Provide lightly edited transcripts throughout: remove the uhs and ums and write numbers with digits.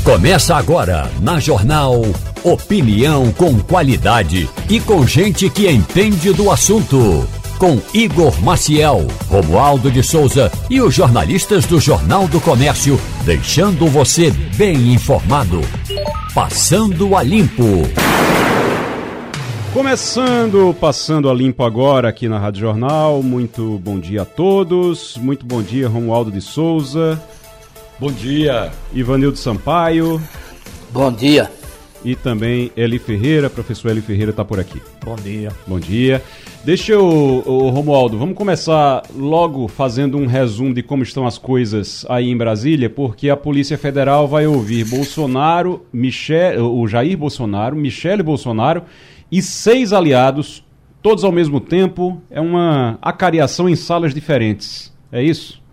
Começa agora na Jornal Opinião com qualidade e com gente que entende do assunto. Com Igor Maciel, Romualdo de Souza e os jornalistas do Jornal do Comércio, deixando você bem informado. Passando a Limpo. Começando Passando a Limpo agora aqui na Rádio Jornal. Muito bom dia a todos. Muito bom dia, Romualdo de Souza. Bom dia. Ivanildo Sampaio. Bom dia. E também Eli Ferreira, professor Eli Ferreira está por aqui. Bom dia. Bom dia. Deixa eu, Romualdo, vamos começar logo fazendo um resumo de como estão as coisas aí em Brasília, porque a Polícia Federal vai ouvir Bolsonaro, o Jair Bolsonaro, Michele Bolsonaro e 6 aliados, todos ao mesmo tempo. É uma acariação em salas diferentes, é isso?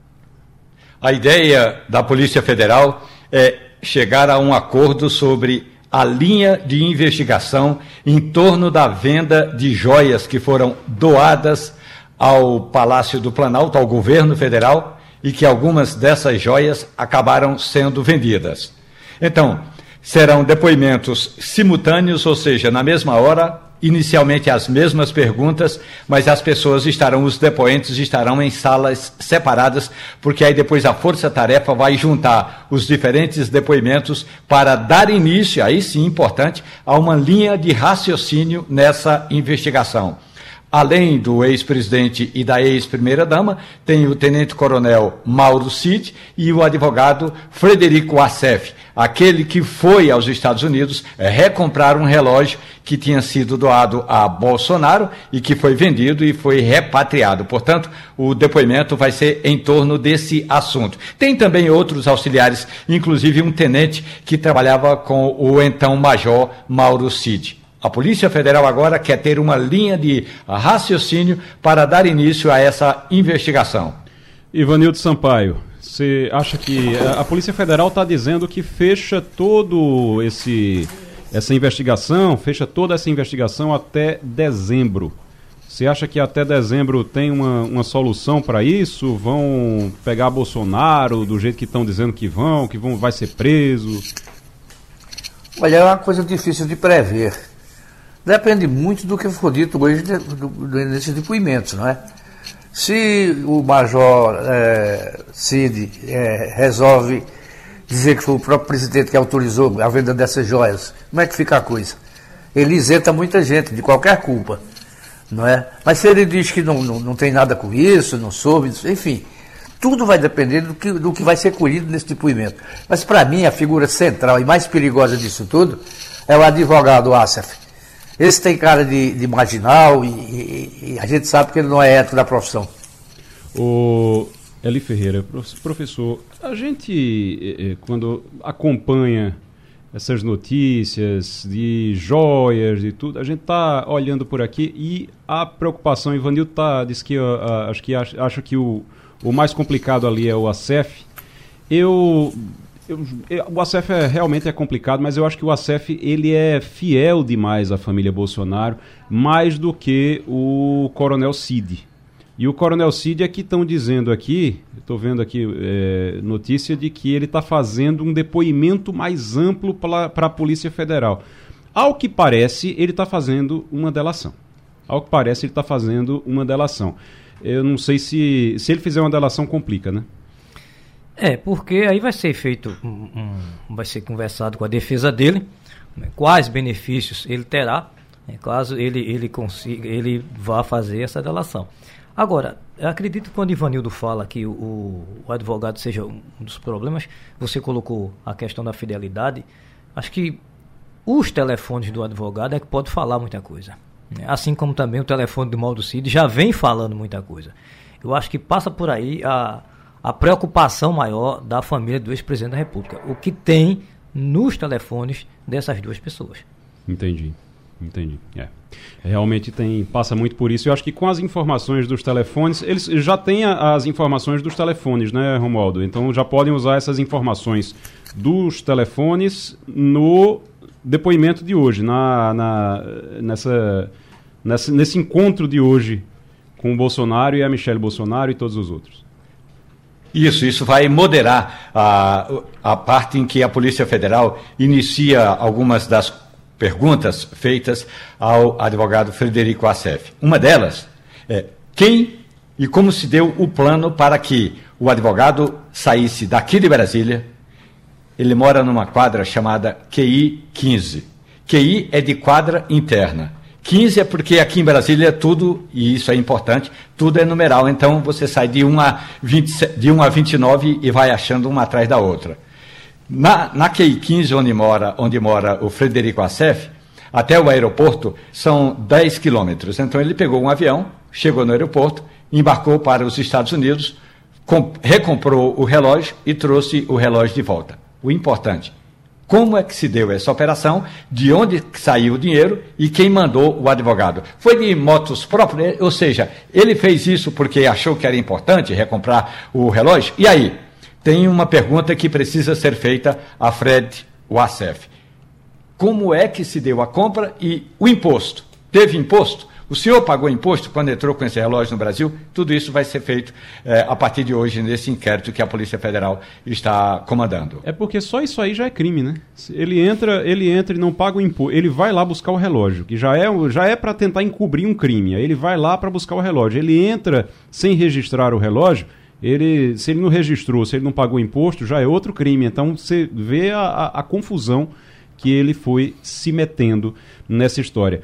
A ideia da Polícia Federal é chegar a um acordo sobre a linha de investigação em torno da venda de joias que foram doadas ao Palácio do Planalto, ao governo federal, e que algumas dessas joias acabaram sendo vendidas. Então, serão depoimentos simultâneos, ou seja, na mesma hora, inicialmente as mesmas perguntas, mas as pessoas os depoentes estarão em salas separadas, porque aí depois a força-tarefa vai juntar os diferentes depoimentos para dar início, aí sim importante, a uma linha de raciocínio nessa investigação. Além do ex-presidente e da ex-primeira-dama, tem o tenente-coronel Mauro Cid e o advogado Frederico Assef, aquele que foi aos Estados Unidos recomprar um relógio que tinha sido doado a Bolsonaro e que foi vendido e foi repatriado. Portanto, o depoimento vai ser em torno desse assunto. Tem também outros auxiliares, inclusive um tenente que trabalhava com o então major Mauro Cid. A Polícia Federal agora quer ter uma linha de raciocínio para dar início a essa investigação. Ivanildo Sampaio, você acha que a Polícia Federal está dizendo que fecha toda essa investigação até dezembro? Você acha que até dezembro tem uma solução para isso? Vão pegar Bolsonaro do jeito que estão dizendo que vai ser preso? Olha, é uma coisa difícil de prever. Depende muito do que for dito hoje nesses depoimentos, não é? Se o Major Cid resolve dizer que foi o próprio presidente que autorizou a venda dessas joias, como é que fica a coisa? Ele isenta muita gente de qualquer culpa, não é? Mas se ele diz que não tem nada com isso, não soube, enfim, tudo vai depender do que vai ser colhido nesse depoimento. Mas para mim a figura central e mais perigosa disso tudo é o advogado Assef. Esse tem cara de marginal e a gente sabe que ele não é ético da profissão. O Eli Ferreira, professor, a gente, quando acompanha essas notícias de joias e tudo, a gente está olhando por aqui e a preocupação, Ivanildo disse que acho que o mais complicado ali é o Assef. O Assef realmente é complicado, mas eu acho que o Assef ele é fiel demais à família Bolsonaro, mais do que o Coronel Cid. E o Coronel Cid é que estão dizendo aqui, estou vendo aqui notícia de que ele está fazendo um depoimento mais amplo para a Polícia Federal. Ao que parece, ele está fazendo uma delação. Eu não sei se ele fizer uma delação complica, né? Porque aí vai ser feito, vai ser conversado com a defesa dele, quais benefícios ele terá, caso ele vá fazer essa delação. Agora, eu acredito que quando o Ivanildo fala que o advogado seja um dos problemas, você colocou a questão da fidelidade, acho que os telefones do advogado é que pode falar muita coisa, né? Assim como também o telefone do Mauro Cid já vem falando muita coisa. Eu acho que passa por aí a preocupação maior da família do ex-presidente da República, o que tem nos telefones dessas duas pessoas. Entendi. Realmente passa muito por isso. Eu acho que com as informações dos telefones, eles já têm as informações dos telefones, né, Romualdo? Então já podem usar essas informações dos telefones no depoimento de hoje, nesse encontro de hoje com o Bolsonaro e a Michele Bolsonaro e todos os outros. Isso vai moderar a parte em que a Polícia Federal inicia algumas das perguntas feitas ao advogado Frederico Assef. Uma delas é quem e como se deu o plano para que o advogado saísse daqui de Brasília. Ele mora numa quadra chamada QI 15. QI é de quadra interna. 15 é porque aqui em Brasília tudo, e isso é importante, tudo é numeral, então você sai de 1 a 29 e vai achando uma atrás da outra. Na QI 15, onde mora o Frederico Assef, até o aeroporto são 10 quilômetros. Então ele pegou um avião, chegou no aeroporto, embarcou para os Estados Unidos, recomprou o relógio e trouxe o relógio de volta. O importante, como é que se deu essa operação, de onde saiu o dinheiro e quem mandou o advogado? Foi de motos próprios, ou seja, ele fez isso porque achou que era importante recomprar o relógio? E aí, tem uma pergunta que precisa ser feita a Fred Assef. Como é que se deu a compra e o imposto? Teve imposto? O senhor pagou imposto quando entrou com esse relógio no Brasil? Tudo isso vai ser feito a partir de hoje nesse inquérito que a Polícia Federal está comandando. É porque só isso aí já é crime, né? Ele entra e não paga o imposto. Ele vai lá buscar o relógio, que já é para tentar encobrir um crime. Aí ele vai lá para buscar o relógio. Ele entra sem registrar o relógio. Se ele não registrou, se ele não pagou imposto, já é outro crime. Então você vê a confusão que ele foi se metendo nessa história.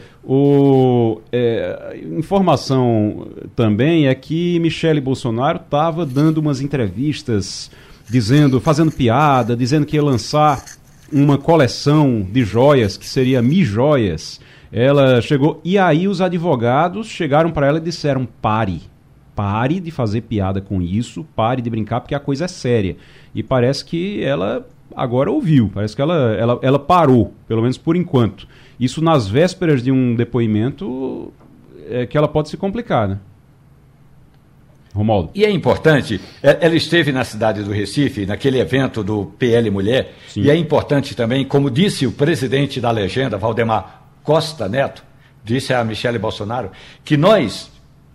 Informação também é que Michele Bolsonaro estava dando umas entrevistas, fazendo piada, dizendo que ia lançar uma coleção de joias, que seria Mi-Joias. Ela chegou, e aí os advogados chegaram para ela e disseram: pare de fazer piada com isso, pare de brincar, porque a coisa é séria. E parece que ela agora ouviu, parece que ela parou, pelo menos por enquanto. Isso nas vésperas de um depoimento que ela pode se complicar, né? Romualdo. E é importante, ela esteve na cidade do Recife, naquele evento do PL Mulher. Sim. E é importante também, como disse o presidente da legenda, Valdemar Costa Neto, disse a Michele Bolsonaro, que nós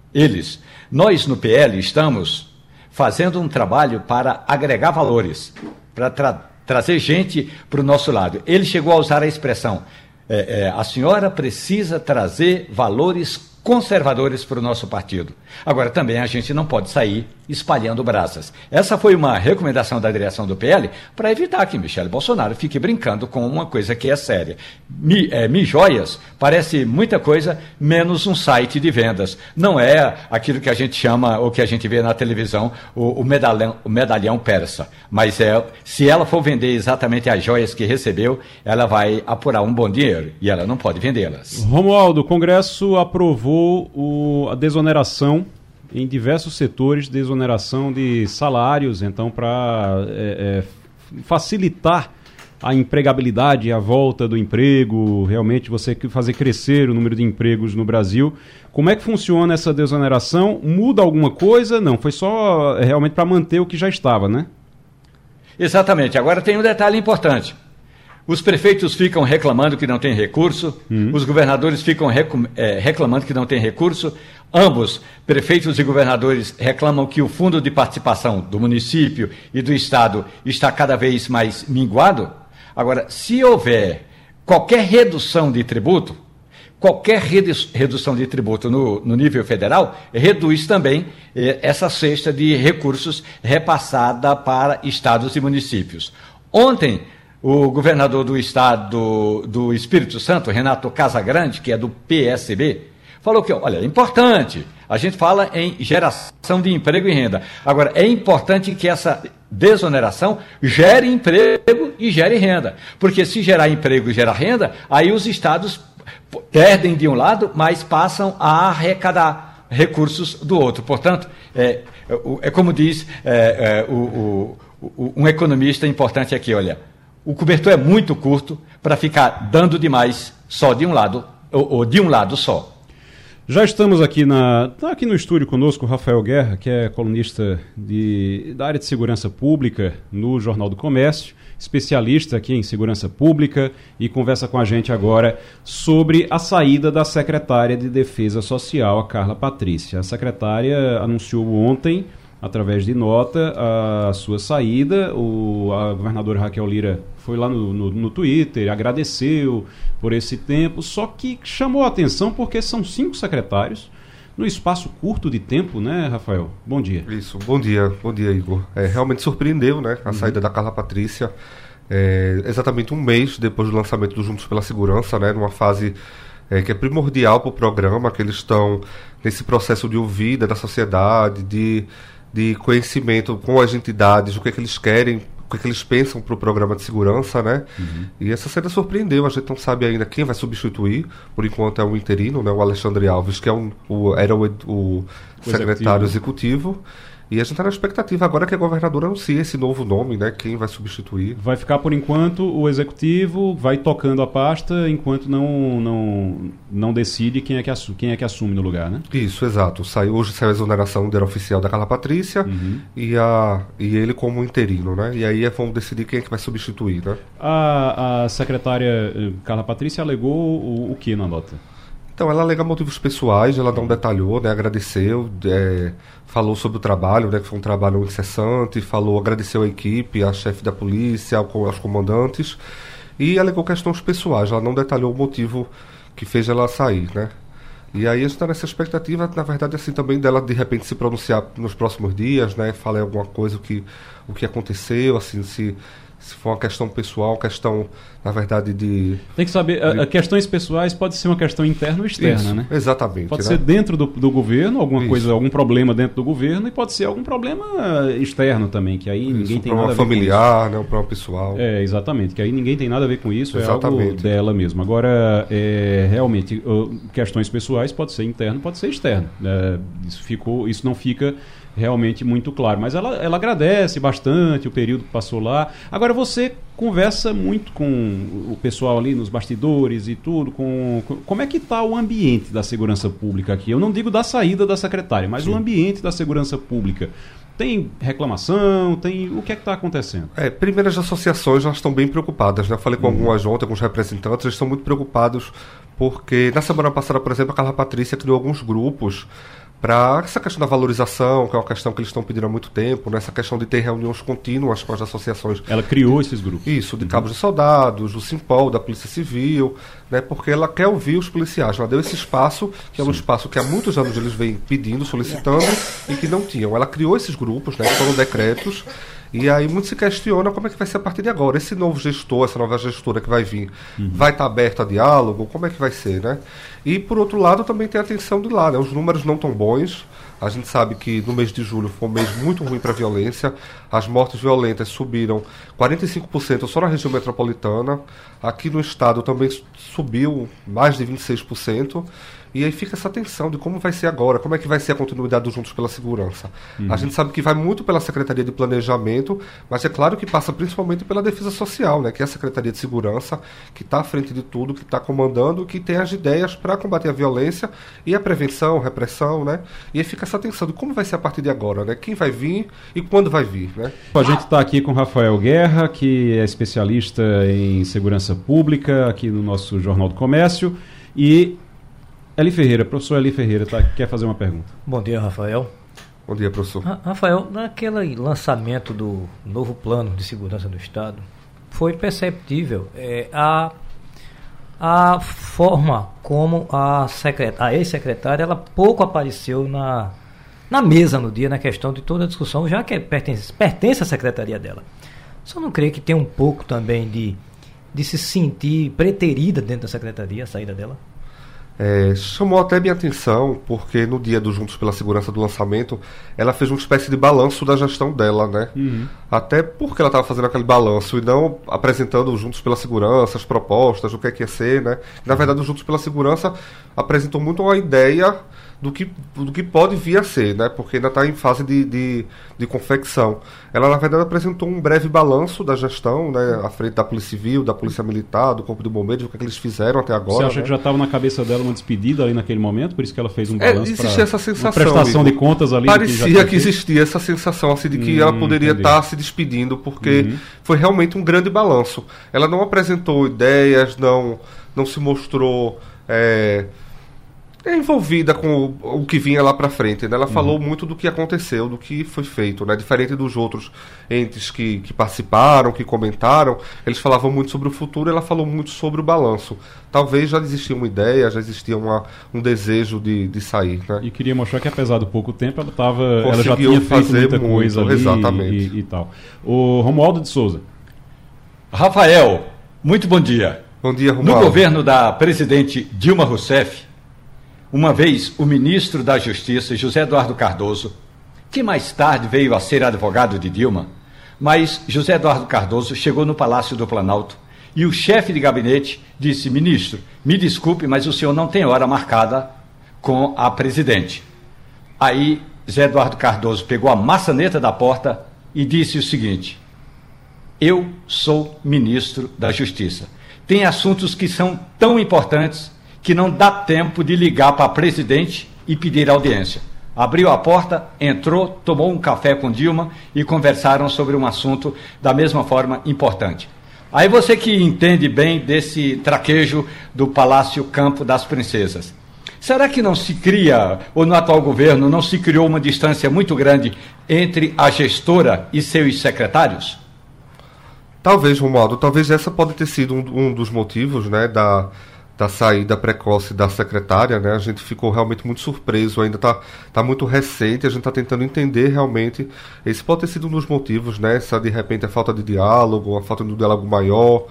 no PL estamos fazendo um trabalho para agregar valores, para trazer gente para o nosso lado. Ele chegou a usar a expressão, a senhora precisa trazer valores conservadores para o nosso partido. Agora, também a gente não pode sair espalhando brasas. Essa foi uma recomendação da direção do PL para evitar que Michele Bolsonaro fique brincando com uma coisa que é séria. Mi-Joias parece muita coisa, menos um site de vendas. Não é aquilo que a gente chama, ou que a gente vê na televisão, o medalhão persa. Mas se ela for vender exatamente as joias que recebeu, ela vai apurar um bom dinheiro e ela não pode vendê-las. Romualdo, o Congresso aprovou a desoneração em diversos setores, desoneração de salários, então para facilitar a empregabilidade, a volta do emprego, realmente você fazer crescer o número de empregos no Brasil. Como é que funciona essa desoneração? Muda alguma coisa? Não, foi só realmente para manter o que já estava, né? Exatamente. Agora tem um detalhe importante. Os prefeitos ficam reclamando que não tem recurso, os governadores ficam reclamando que não tem recurso. Ambos, prefeitos e governadores, reclamam que o fundo de participação do município e do estado está cada vez mais minguado. Agora, se houver qualquer redução de tributo, no nível federal, reduz também essa cesta de recursos repassada para estados e municípios. Ontem, o governador do estado do Espírito Santo, Renato Casagrande, que é do PSB, falou que, olha, é importante, a gente fala em geração de emprego e renda. Agora, é importante que essa desoneração gere emprego e gere renda. Porque se gerar emprego e gerar renda, aí os estados perdem de um lado, mas passam a arrecadar recursos do outro. Portanto, como diz um economista importante aqui, olha, o cobertor é muito curto para ficar dando demais só de um lado, ou de um lado só. Já estamos aqui aqui no estúdio conosco o Rafael Guerra, que é colunista da área de segurança pública no Jornal do Comércio, especialista aqui em segurança pública, e conversa com a gente agora sobre a saída da secretária de Defesa Social, a Carla Patrícia. A secretária anunciou ontem através de nota, a sua saída. A governadora Raquel Lira foi lá no Twitter, agradeceu por esse tempo, só que chamou a atenção porque são 5 secretários no espaço curto de tempo, né, Rafael? Bom dia. Isso, bom dia, Igor. Realmente surpreendeu, né, a saída da Carla Patrícia, exatamente um mês depois do lançamento do Juntos pela Segurança, né, numa fase que é primordial para o programa, que eles estão nesse processo de ouvida da sociedade, de conhecimento com as entidades, o que é que eles querem, o que eles pensam para o programa de segurança, né? E essa saída surpreendeu, a gente não sabe ainda quem vai substituir, por enquanto é o interino, né? O Alexandre Alves, que é era o secretário executivo. E a gente está na expectativa agora que a governadora anuncie esse novo nome, né? Quem vai substituir. Vai ficar, por enquanto, o executivo vai tocando a pasta enquanto não decide quem é que assume no lugar, né? Isso, exato. Hoje saiu a exoneração dele oficial da Carla Patrícia e ele como interino, né? E aí vamos decidir quem é que vai substituir, né? A secretária Carla Patrícia alegou o que na nota? Então, ela alega motivos pessoais, ela não detalhou, né, agradeceu, falou sobre o trabalho, né, que foi um trabalho incessante, agradeceu a equipe, a chefe da polícia, aos comandantes, e alegou questões pessoais, ela não detalhou o motivo que fez ela sair, né. E aí a gente está nessa expectativa, na verdade, assim, também dela de repente se pronunciar nos próximos dias, né, falar alguma coisa, o que aconteceu, assim, se for uma questão pessoal, questão, na verdade, de... Tem que saber, questões pessoais pode ser uma questão interna ou externa, isso, né? Exatamente. Pode ser dentro do governo, algum problema dentro do governo, e pode ser algum problema externo também, que aí ninguém tem nada a ver familiar, com isso. Né, um problema pessoal. Exatamente, que aí ninguém tem nada a ver com isso, exatamente. É algo dela mesmo. Agora, realmente, questões pessoais pode ser interno, pode ser externo. Isso não fica realmente muito claro, mas ela agradece bastante o período que passou lá. Agora, você conversa muito com o pessoal ali nos bastidores e tudo, como é que está o ambiente da segurança pública aqui? Eu não digo da saída da secretária, mas o ambiente da segurança pública. Tem reclamação? O que é que está acontecendo? Primeiro, as associações já estão bem preocupadas, né? Eu falei com algumas ontem, alguns representantes, eles estão muito preocupados porque na semana passada, por exemplo, a Carla Patrícia criou alguns grupos para essa questão da valorização, que é uma questão que eles estão pedindo há muito tempo, né? Essa questão de ter reuniões contínuas com as associações. Ela criou esses grupos? Isso, de cabos de soldados, do Simpol, da Polícia Civil, né? Porque ela quer ouvir os policiais. Ela deu esse espaço, que é um espaço que há muitos anos eles vêm pedindo, solicitando, e que não tinham. Ela criou esses grupos, né? Que foram decretos. E aí muito se questiona como é que vai ser a partir de agora. Esse novo gestor, essa nova gestora que vai vir, vai estar aberto a diálogo? Como é que vai ser, né? E, por outro lado, também tem a atenção de lá, né? Os números não estão bons. A gente sabe que no mês de julho foi um mês muito ruim para a violência. As mortes violentas subiram 45% só na região metropolitana. Aqui no estado também subiu mais de 26%. E aí fica essa tensão de como vai ser agora, como é que vai ser a continuidade do Juntos pela Segurança. A gente sabe que vai muito pela Secretaria de Planejamento, mas é claro que passa principalmente pela Defesa Social, né, que é a Secretaria de Segurança, que está à frente de tudo, que está comandando, que tem as ideias para combater a violência e a prevenção, repressão, né? E aí fica essa tensão de como vai ser a partir de agora, né? Quem vai vir e quando vai vir, né? A gente está aqui com Rafael Guerra, que é especialista em segurança pública aqui no nosso Jornal do Comércio, e professor Eli Ferreira, quer fazer uma pergunta. Bom dia, Rafael. Bom dia, professor. Rafael, naquele lançamento do novo plano de segurança do Estado, foi perceptível a forma como a ex-secretária ela pouco apareceu na mesa no dia, na questão de toda a discussão, já que pertence à secretaria dela. Só não creio que tem um pouco também de se sentir preterida dentro da secretaria, a saída dela? Chamou até minha atenção, porque no dia do Juntos pela Segurança do lançamento, ela fez uma espécie de balanço da gestão dela, né? Até porque ela estava fazendo aquele balanço e não apresentando o Juntos pela Segurança, as propostas, o que é que ia ser, né? Na verdade, o Juntos pela Segurança apresentou muito uma ideia do que pode vir a ser, né? Porque ainda está em fase de confecção. Ela, na verdade, apresentou um breve balanço da gestão, né? À frente da Polícia Civil, da Polícia Militar, do Corpo de Bombeiros, o que é que eles fizeram até agora. Você acha, né, que já estava na cabeça dela uma despedida ali naquele momento? Por isso que ela fez um balanço existia essa sensação, uma prestação de contas ali. Parecia que existia essa sensação assim, de que ela poderia estar se despedindo, porque foi realmente um grande balanço. Ela não apresentou ideias, não se mostrou é envolvida com o que vinha lá para frente, né? Ela falou muito do que aconteceu, do que foi feito, né? Diferente dos outros entes que participaram, que comentaram, eles falavam muito sobre o futuro, ela falou muito sobre o balanço. Talvez já existia uma ideia, já existia um desejo de sair, né? E queria mostrar que apesar do pouco tempo, ela já tinha feito fazer muita coisa ali exatamente. E tal. O Romualdo de Souza. Rafael, muito bom dia. Bom dia, No Romualdo. governo da presidente Dilma Rousseff, uma vez o ministro da Justiça, José Eduardo Cardoso, que mais tarde veio a ser advogado de Dilma, mas José Eduardo Cardoso chegou no Palácio do Planalto e o chefe de gabinete disse: ministro, me desculpe, mas o senhor não tem hora marcada com a presidente. Aí José Eduardo Cardoso pegou a maçaneta da porta e disse o seguinte: eu sou ministro da Justiça. Tem assuntos que são tão importantes que não dá tempo de ligar para a presidente e pedir audiência. Abriu a porta, entrou, tomou um café com Dilma e conversaram sobre um assunto da mesma forma importante. Aí você que entende bem desse traquejo do Palácio Campo das Princesas, será que não se cria, ou no atual governo, não se criou uma distância muito grande entre a gestora e seus secretários? Talvez, Romualdo, talvez essa pode ter sido um dos motivos, né, da saída precoce da secretária, né? A gente ficou realmente muito surpreso, ainda tá muito recente, a gente está tentando entender realmente. Esse pode ter sido um dos motivos, né? Essa, de repente, a falta de diálogo, a falta de um diálogo maior,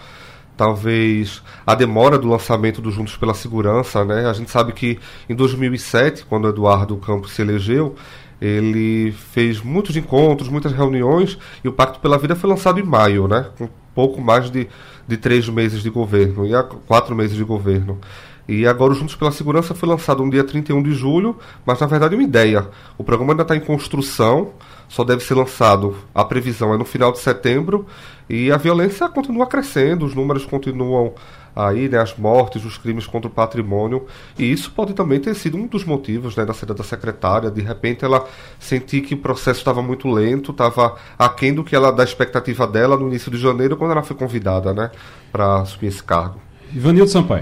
talvez a demora do lançamento do Juntos pela Segurança, né? A gente sabe que em 2007, quando Eduardo Campos se elegeu, ele fez muitos encontros, muitas reuniões, e o Pacto pela Vida foi lançado em maio, né? Com pouco mais de 3 meses de governo, e 4 meses de governo. E agora o Juntos pela Segurança foi lançado no dia 31 de julho, mas na verdade é uma ideia. O programa ainda está em construção, só deve ser lançado, a previsão é no final de setembro, e a violência continua crescendo, os números continuam aí, né, as mortes, os crimes contra o patrimônio, e isso pode também ter sido um dos motivos, né, da saída da secretária. De repente ela sentiu que o processo estava muito lento, estava aquém da expectativa dela no início de janeiro, quando ela foi convidada, né, para assumir esse cargo. Ivanildo Sampaio.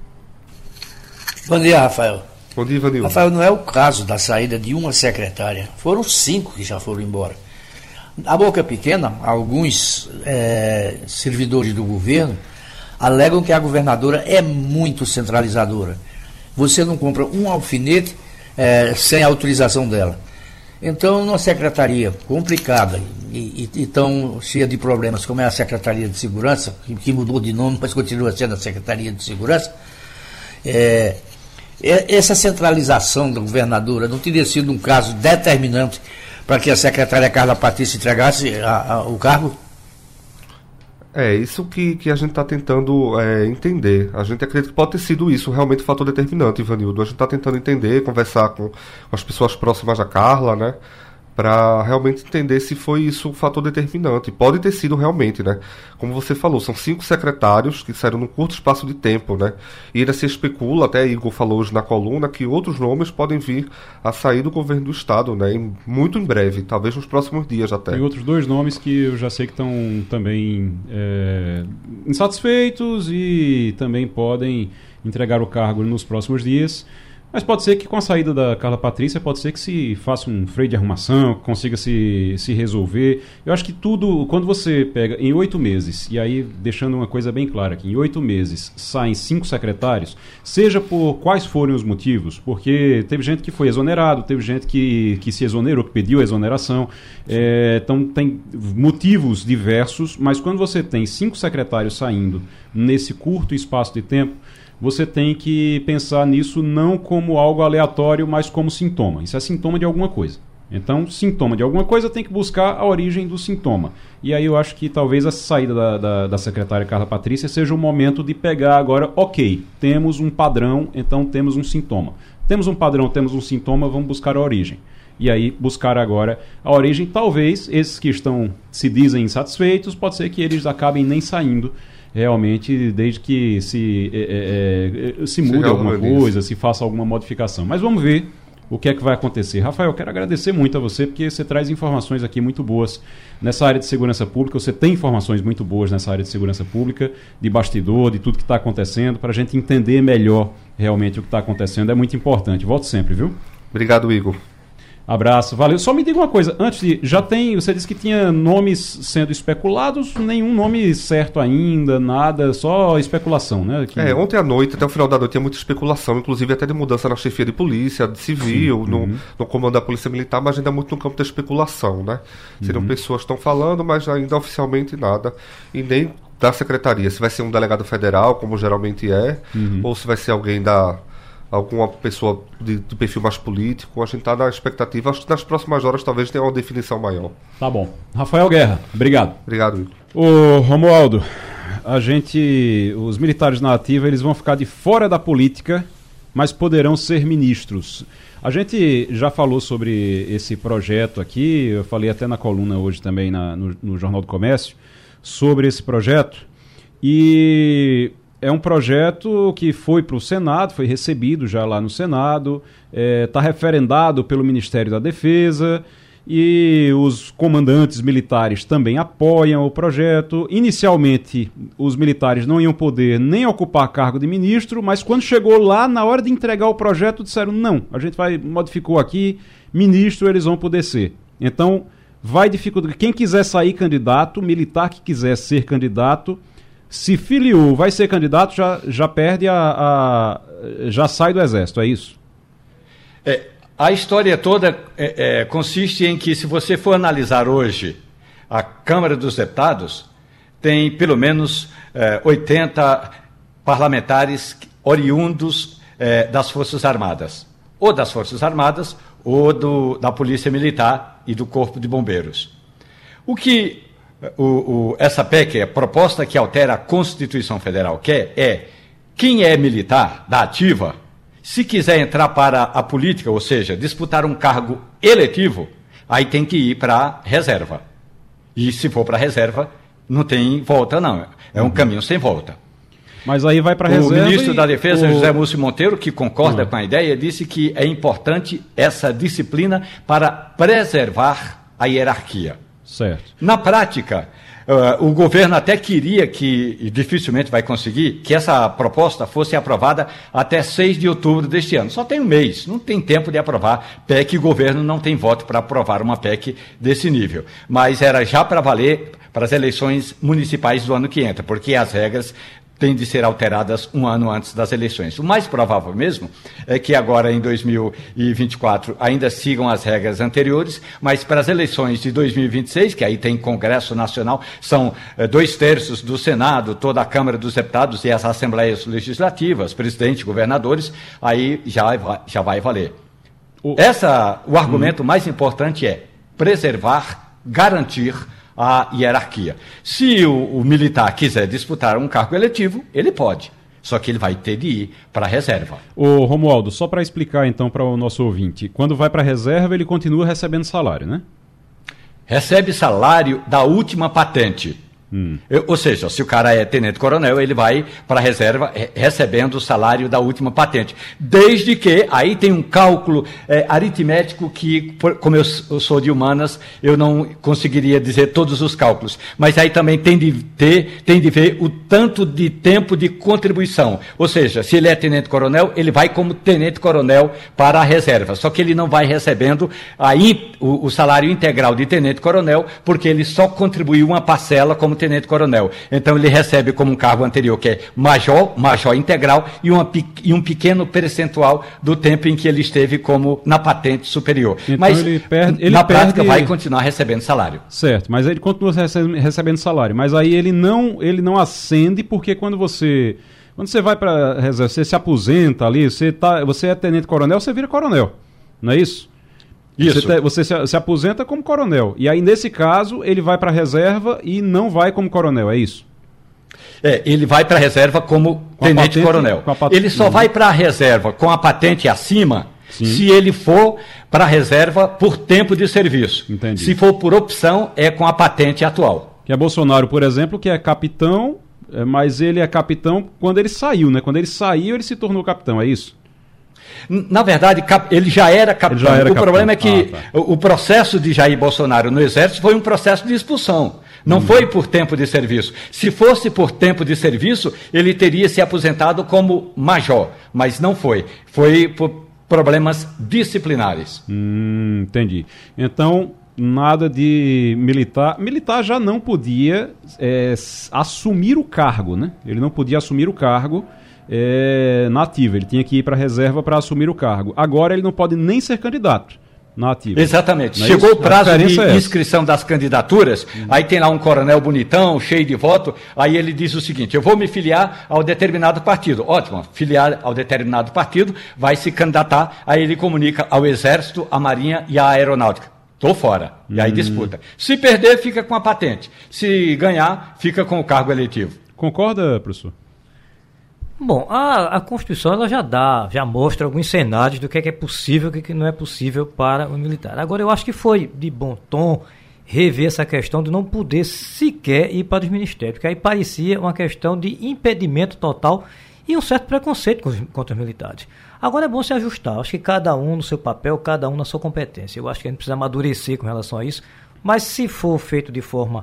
Bom dia, Rafael. Bom dia, Ivanildo. Rafael, não é o caso da saída de uma secretária. Foram 5 que já foram embora. A boca pequena, alguns servidores do governo alegam que a governadora é muito centralizadora. Você não compra um alfinete sem a autorização dela. Então, numa secretaria complicada e tão cheia de problemas como é a Secretaria de Segurança, que mudou de nome, mas continua sendo a Secretaria de Segurança, essa centralização da governadora não teria sido um caso determinante para que a secretária Carla Patrícia entregasse o cargo? É isso que a gente está tentando entender. A gente acredita que pode ter sido isso realmente o fator determinante, Ivanildo. A gente está tentando entender, conversar com as pessoas próximas da Carla, né, para realmente entender se foi isso o fator determinante. Pode ter sido realmente, né? Como você falou, são 5 secretários que saíram num curto espaço de tempo, né? E ainda se especula, até Igor falou hoje na coluna, que outros nomes podem vir a sair do governo do Estado, né? Muito em breve, talvez nos próximos dias até. Tem outros 2 nomes que eu já sei que estão também insatisfeitos e também podem entregar o cargo nos próximos dias. Mas pode ser que com a saída da Carla Patrícia, pode ser que se faça um freio de arrumação, consiga se resolver. Eu acho que tudo, quando você pega em 8 meses, e aí deixando uma coisa bem clara aqui, em 8 meses saem 5 secretários, seja por quais forem os motivos, porque teve gente que foi exonerado, teve gente que se exonerou, que pediu a exoneração, então tem motivos diversos, mas quando você tem 5 secretários saindo nesse curto espaço de tempo, você tem que pensar nisso não como algo aleatório, mas como sintoma. Isso é sintoma de alguma coisa. Então, sintoma de alguma coisa tem que buscar a origem do sintoma. E aí eu acho que talvez a saída da secretária Carla Patrícia seja o momento de pegar agora, ok, temos um padrão, então temos um sintoma. Temos um padrão, temos um sintoma, vamos buscar a origem. E aí buscar agora a origem. Talvez esses que se dizem insatisfeitos, pode ser que eles acabem nem saindo realmente, desde que se mude alguma coisa, se faça alguma modificação. Mas vamos ver o que é que vai acontecer. Rafael, quero agradecer muito a você, porque você traz informações aqui muito boas nessa área de segurança pública. Você tem informações muito boas nessa área de segurança pública, de bastidor, de tudo que está acontecendo, para a gente entender melhor realmente o que está acontecendo. É muito importante. Volte sempre, viu? Obrigado, Igor. Abraço, valeu. Só me diga uma coisa, antes de... Você disse que tinha nomes sendo especulados, nenhum nome certo ainda, nada, só especulação, né? Ontem à noite, até o final da noite, tinha muita especulação, inclusive até de mudança na chefia de polícia, de civil, no comando da Polícia Militar, mas ainda muito no campo da especulação, né? Seriam pessoas que estão falando, mas ainda oficialmente nada, e nem da secretaria. Se vai ser um delegado federal, como geralmente é, ou se vai ser alguém alguma pessoa de perfil mais político. A gente está na expectativa, acho que nas próximas horas talvez tenha uma definição maior. Tá bom. Rafael Guerra, obrigado. Obrigado, Igor. Ô, Romualdo, os militares na ativa, eles vão ficar de fora da política, mas poderão ser ministros. A gente já falou sobre esse projeto aqui, eu falei até na coluna hoje também no Jornal do Comércio, sobre esse projeto, e... é um projeto que foi para o Senado, foi recebido já lá no Senado, está referendado pelo Ministério da Defesa e os comandantes militares também apoiam o projeto. Inicialmente, os militares não iam poder nem ocupar cargo de ministro, mas quando chegou lá, na hora de entregar o projeto, disseram, não, a gente modificou aqui, ministro eles vão poder ser. Então, vai dificultar. Quem quiser sair candidato, militar que quiser ser candidato, se filiou, vai ser candidato, já perde já sai do Exército, é isso? A história toda consiste em que, se você for analisar hoje a Câmara dos Deputados, tem pelo menos 80 parlamentares oriundos das Forças Armadas, ou das Forças Armadas, ou da Polícia Militar e do Corpo de Bombeiros. O que essa PEC, a proposta que altera a Constituição Federal, quer quem é militar da ativa, se quiser entrar para a política, ou seja, disputar um cargo eletivo, aí tem que ir para a reserva. E se for para a reserva, não tem volta não, é um caminho sem volta. Mas aí vai para a reserva. O ministro da Defesa, José Múcio Monteiro, que concorda com a ideia, disse que é importante essa disciplina para preservar a hierarquia. Certo. Na prática, o governo até queria e dificilmente vai conseguir, que essa proposta fosse aprovada até 6 de outubro deste ano. Só tem um mês, não tem tempo de aprovar PEC, e o governo não tem voto para aprovar uma PEC desse nível. Mas era já para valer para as eleições municipais do ano que entra, porque as regras têm de ser alteradas um ano antes das eleições. O mais provável mesmo é que agora, em 2024, ainda sigam as regras anteriores, mas para as eleições de 2026, que aí tem Congresso Nacional, são 2/3 do Senado, toda a Câmara dos Deputados e as Assembleias Legislativas, presidente, governadores, aí já vai valer. O argumento mais importante é preservar, garantir a hierarquia. Se o militar quiser disputar um cargo eletivo, ele pode. Só que ele vai ter de ir para a reserva. Ô Romualdo, só para explicar então para o nosso ouvinte, quando vai para a reserva ele continua recebendo salário, né? Recebe salário da última patente. Ou seja, se o cara é tenente-coronel, ele vai para a reserva recebendo o salário da última patente. Desde que, aí tem um cálculo aritmético que, como eu sou de humanas, eu não conseguiria dizer todos os cálculos. Mas aí também tem de ver o tanto de tempo de contribuição. Ou seja, se ele é tenente-coronel, ele vai como tenente-coronel para a reserva. Só que ele não vai recebendo o salário integral de tenente-coronel, porque ele só contribuiu uma parcela como tenente-coronel. Então ele recebe como um cargo anterior, que é major integral, e um pequeno percentual do tempo em que ele esteve como na patente superior. Então mas na prática vai continuar recebendo salário. Certo, mas ele continua recebendo salário. Mas aí ele não ascende, porque quando você vai para a reserva, você se aposenta ali, você é tenente-coronel, você vira coronel. Não é isso? Isso. Você se aposenta como coronel. E aí, nesse caso, ele vai para a reserva e não vai como coronel, é isso? Ele vai para a reserva como tenente-coronel. Ele só vai para a reserva com a patente acima, sim, se ele for para a reserva por tempo de serviço. Entendi. Se for por opção, é com a patente atual. Que é Bolsonaro, por exemplo, que é capitão, mas ele é capitão quando ele saiu, né? Quando ele saiu, ele se tornou capitão, é isso? Na verdade, ele já era capitão. O problema é que o processo de Jair Bolsonaro no Exército foi um processo de expulsão. Não foi por tempo de serviço. Se fosse por tempo de serviço, ele teria se aposentado como major, mas não foi. Foi por problemas disciplinares. Entendi. Então, nada de militar. Militar já não podia assumir o cargo, né? Ele não podia assumir o cargo na ativa. Ele tinha que ir para a reserva para assumir o cargo. Agora ele não pode nem ser candidato na ativa. Exatamente. Chegou o prazo de inscrição das candidaturas, aí tem lá um coronel bonitão, cheio de voto, aí ele diz o seguinte: eu vou me filiar ao determinado partido. Ótimo, filiar ao determinado partido, vai se candidatar, aí ele comunica ao Exército, à Marinha e à Aeronáutica. Estou fora. E aí disputa. Se perder, fica com a patente. Se ganhar, fica com o cargo eletivo. Concorda, professor? Bom, a Constituição ela já mostra alguns cenários do que é possível e o que não é possível para o militar. Agora, eu acho que foi de bom tom rever essa questão de não poder sequer ir para os ministérios, porque aí parecia uma questão de impedimento total e um certo preconceito contra os militares. Agora é bom se ajustar, acho que cada um no seu papel, cada um na sua competência. Eu acho que a gente precisa amadurecer com relação a isso, mas se for feito de forma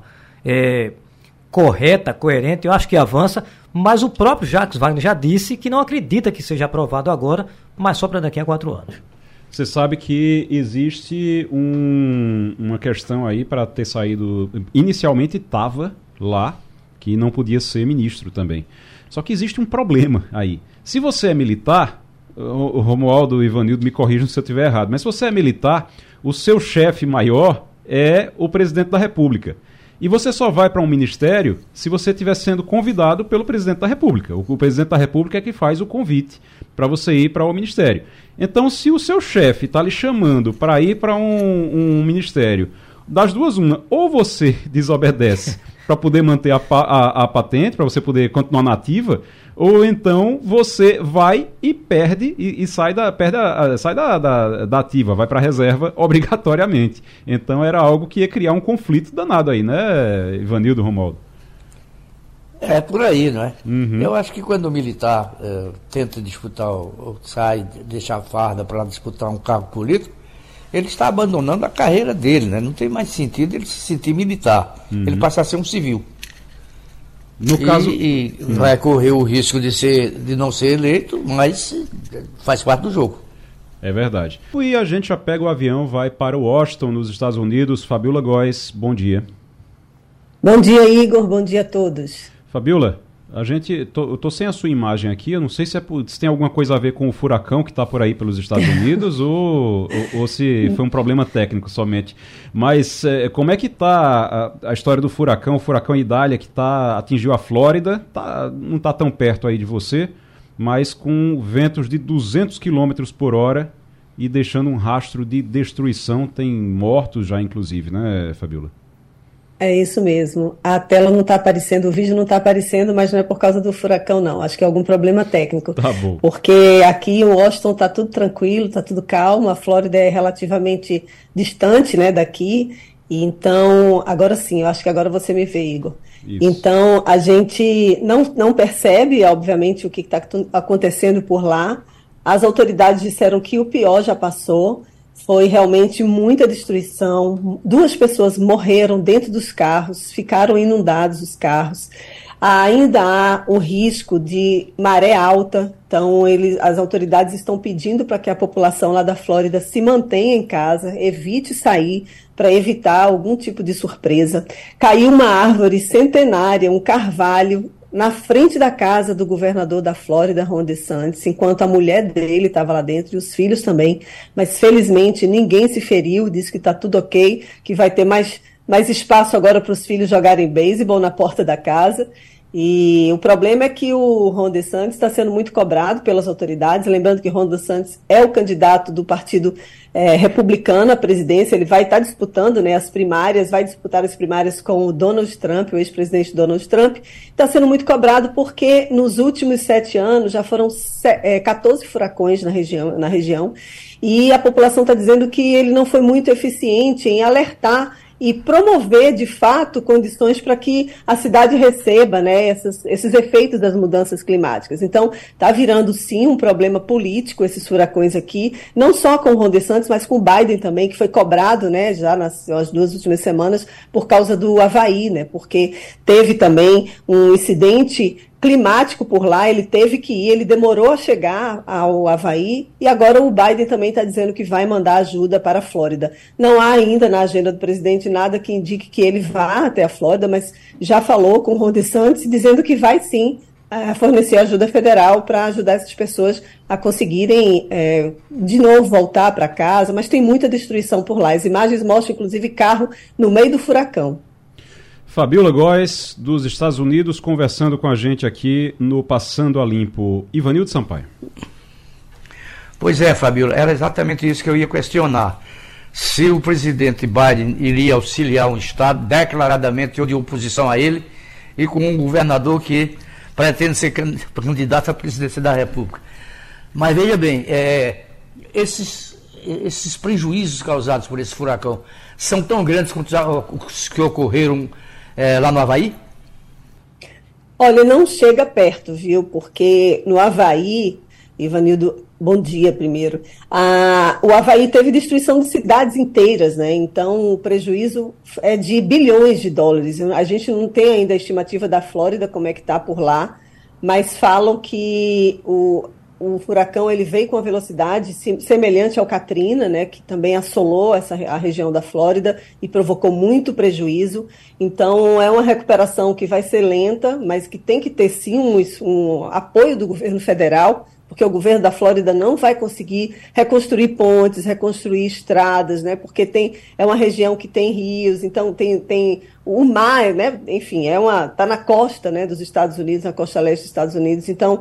correta, coerente, eu acho que avança, mas o próprio Jacques Wagner já disse que não acredita que seja aprovado agora, mas só para daqui a 4 anos. Você sabe que existe uma questão aí para ter saído, inicialmente estava lá, que não podia ser ministro também. Só que existe um problema aí. Se você é militar, o Romualdo e o Ivanildo me corrijam se eu estiver errado, mas se você é militar, o seu chefe maior é o presidente da República. E você só vai para um ministério se você estiver sendo convidado pelo presidente da República. O presidente da República é que faz o convite para você ir para o ministério. Então, se o seu chefe está lhe chamando para ir para um ministério, das duas uma, ou você desobedece para poder manter a patente, para você poder continuar na ativa, ou então você vai e perde e sai da ativa, vai para a reserva obrigatoriamente. Então era algo que ia criar um conflito danado aí, né, Ivanildo, Romualdo? É por aí, não é? Uhum. Eu acho que quando o militar tenta disputar, ou sai, deixar a farda para disputar um cargo político, ele está abandonando a carreira dele, né? Não tem mais sentido ele se sentir militar. Ele passa a ser um civil. No caso... vai correr o risco de não ser eleito, mas faz parte do jogo. É verdade. E a gente já pega o avião, vai para Washington, nos Estados Unidos. Fabiola Góes, bom dia. Bom dia, Igor. Bom dia a todos. Fabiola, eu tô sem a sua imagem aqui, eu não sei se tem alguma coisa a ver com o furacão que está por aí pelos Estados Unidos ou se foi um problema técnico somente. Mas como é que está a história do furacão, o furacão Idália, que atingiu a Flórida, não está tão perto aí de você, mas com ventos de 200 km por hora e deixando um rastro de destruição, tem mortos já inclusive, né, Fabiola? É isso mesmo. A tela não está aparecendo, o vídeo não está aparecendo, mas não é por causa do furacão, não. Acho que é algum problema técnico. Tá bom. Porque aqui em Washington está tudo tranquilo, está tudo calmo. A Flórida é relativamente distante, né, daqui. E então, agora sim, eu acho que agora você me vê, Igor. Isso. Então, a gente não percebe, obviamente, o que está acontecendo por lá. As autoridades disseram que o pior já passou. Foi realmente muita destruição. 2 pessoas morreram dentro dos carros, ficaram inundados os carros. Ainda há o risco de maré alta, então as autoridades estão pedindo para que a população lá da Flórida se mantenha em casa, evite sair para evitar algum tipo de surpresa. Caiu uma árvore centenária, um carvalho, na frente da casa do governador da Flórida, Ron DeSantis, enquanto a mulher dele estava lá dentro e os filhos também, mas felizmente ninguém se feriu, disse que está tudo ok, que vai ter mais espaço agora para os filhos jogarem beisebol na porta da casa. E o problema é que o Ron DeSantis está sendo muito cobrado pelas autoridades, lembrando que Ron DeSantis é o candidato do partido republicano à presidência, ele vai estar disputando, né, as primárias, vai disputar as primárias com o Donald Trump, o ex-presidente Donald Trump. Está sendo muito cobrado porque nos últimos 7 anos já foram 14 furacões na região, e a população está dizendo que ele não foi muito eficiente em alertar e promover, de fato, condições para que a cidade receba, né, esses efeitos das mudanças climáticas. Então, está virando, sim, um problema político esses furacões aqui, não só com o Ron DeSantis, mas com o Biden também, que foi cobrado, né, já nas 2 últimas semanas por causa do Havaí, né, porque teve também um incidente climático por lá, ele teve que ir, ele demorou a chegar ao Havaí e agora o Biden também está dizendo que vai mandar ajuda para a Flórida. Não há ainda na agenda do presidente nada que indique que ele vá até a Flórida, mas já falou com o Ron DeSantis dizendo que vai sim fornecer ajuda federal para ajudar essas pessoas a conseguirem de novo voltar para casa, mas tem muita destruição por lá. As imagens mostram inclusive carro no meio do furacão. Fabiola Góes, dos Estados Unidos, conversando com a gente aqui no Passando a Limpo. Ivanildo Sampaio. Pois é, Fabiola, era exatamente isso que eu ia questionar. Se o presidente Biden iria auxiliar um estado declaradamente ou de oposição a ele e com um governador que pretende ser candidato à presidência da República. Mas veja bem, esses prejuízos causados por esse furacão são tão grandes quanto os que ocorreram lá no Havaí? Olha, não chega perto, viu? Porque no Havaí, Ivanildo, bom dia primeiro, o Havaí teve destruição de cidades inteiras, né? Então o prejuízo é de bilhões de dólares. A gente não tem ainda a estimativa da Flórida, como é que está por lá, mas falam que o furacão ele veio com uma velocidade semelhante ao Katrina, né, que também assolou a região da Flórida e provocou muito prejuízo. Então, é uma recuperação que vai ser lenta, mas que tem que ter, sim, um apoio do governo federal, porque o governo da Flórida não vai conseguir reconstruir pontes, reconstruir estradas, né, porque é uma região que tem rios, então tem o mar, né, enfim, está na costa, né, dos Estados Unidos, na costa leste dos Estados Unidos, então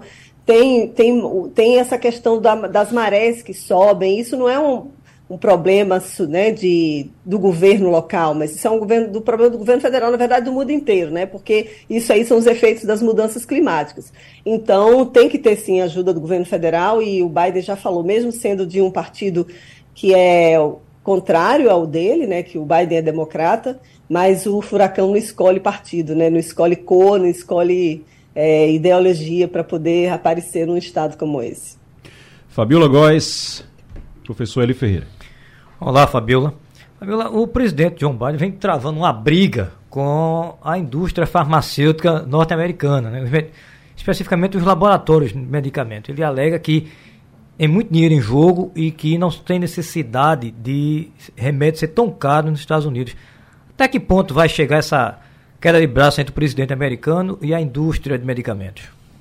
tem essa questão das marés que sobem. Isso não é um problema, né, do governo local, mas isso é problema do governo federal, na verdade, do mundo inteiro, né, porque isso aí são os efeitos das mudanças climáticas. Então, tem que ter, sim, ajuda do governo federal, e o Biden já falou, mesmo sendo de um partido que é contrário ao dele, né, que o Biden é democrata, mas o furacão não escolhe partido, né, não escolhe cor, não escolhe ideologia para poder aparecer num estado como esse. Fabiola Góes, professor Eli Ferreira. Olá, Fabiola. Fabiola, o presidente John Biden vem travando uma briga com a indústria farmacêutica norte-americana, né? Especificamente os laboratórios de medicamentos. Ele alega que tem muito dinheiro em jogo e que não tem necessidade de remédio ser tão caro nos Estados Unidos. Até que ponto vai chegar essa queda de braço entre o presidente americano e a indústria de medicamentos?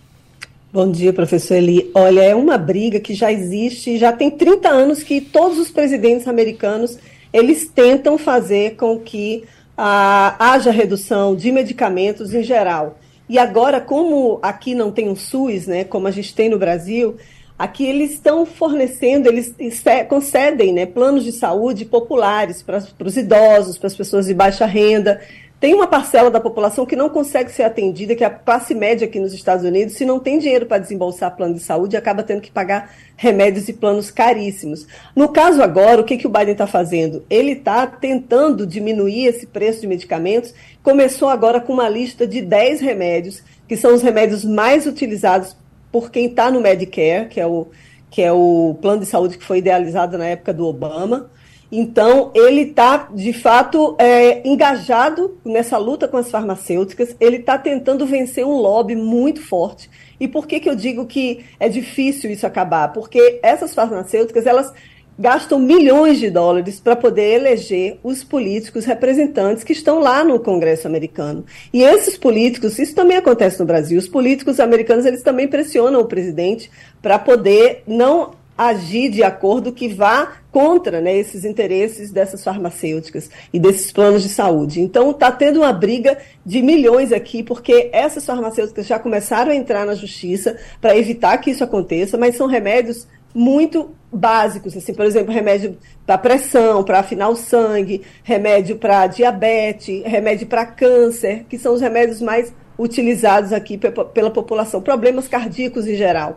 Bom dia, professor Eli. Olha, é uma briga que já existe, já tem 30 anos que todos os presidentes americanos, eles tentam fazer com que haja redução de medicamentos em geral. E agora, como aqui não tem um SUS, né, como a gente tem no Brasil, aqui eles estão fornecendo, eles concedem, né, planos de saúde populares para os idosos, para as pessoas de baixa renda. Tem uma parcela da população que não consegue ser atendida, que é a classe média aqui nos Estados Unidos, se não tem dinheiro para desembolsar plano de saúde, acaba tendo que pagar remédios e planos caríssimos. No caso agora, o que o Biden está fazendo? Ele está tentando diminuir esse preço de medicamentos, começou agora com uma lista de 10 remédios, que são os remédios mais utilizados por quem está no Medicare, que é o plano de saúde que foi idealizado na época do Obama. Então, ele está, de fato, engajado nessa luta com as farmacêuticas, ele está tentando vencer um lobby muito forte. E por que eu digo que é difícil isso acabar? Porque essas farmacêuticas, elas gastam milhões de dólares para poder eleger os políticos representantes que estão lá no Congresso americano. E esses políticos, isso também acontece no Brasil, os políticos americanos, eles também pressionam o presidente para poder não agir de acordo que vá contra, né, esses interesses dessas farmacêuticas e desses planos de saúde. Então, está tendo uma briga de milhões aqui, porque essas farmacêuticas já começaram a entrar na justiça para evitar que isso aconteça, mas são remédios muito básicos, assim, por exemplo, remédio para pressão, para afinar o sangue, remédio para diabetes, remédio para câncer, que são os remédios mais utilizados aqui pela população, problemas cardíacos em geral.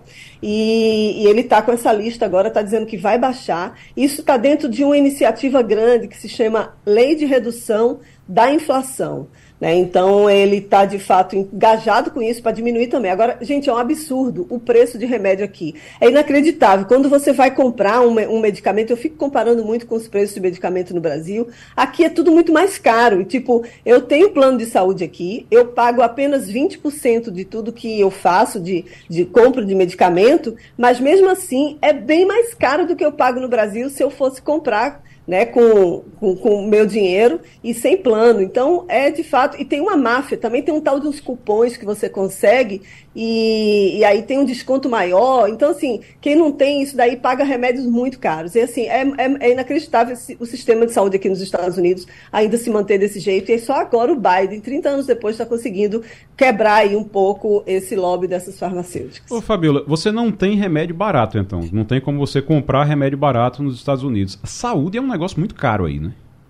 E ele está com essa lista agora, está dizendo que vai baixar. Isso está dentro de uma iniciativa grande que se chama Lei de Redução da Inflação. Né? Então, ele está, de fato, engajado com isso para diminuir também. Agora, gente, é um absurdo o preço de remédio aqui. É inacreditável. Quando você vai comprar um medicamento, eu fico comparando muito com os preços de medicamento no Brasil, aqui é tudo muito mais caro. E, tipo, eu tenho plano de saúde aqui, eu pago apenas 20% de tudo que eu faço, de compra de medicamento, mas, mesmo assim, é bem mais caro do que eu pago no Brasil se eu fosse comprar, né, com o meu dinheiro e sem plano. Então, de fato, e tem uma máfia, também tem um tal de uns cupons que você consegue e aí tem um desconto maior. Então, assim, quem não tem isso daí paga remédios muito caros. E, assim, é inacreditável o sistema de saúde aqui nos Estados Unidos ainda se manter desse jeito. E só agora o Biden, 30 anos depois, está conseguindo quebrar aí um pouco esse lobby dessas farmacêuticas. Ô, Fabiola, você não tem remédio barato, então. Não tem como você comprar remédio barato nos Estados Unidos. A saúde é um negócio muito caro aí, né?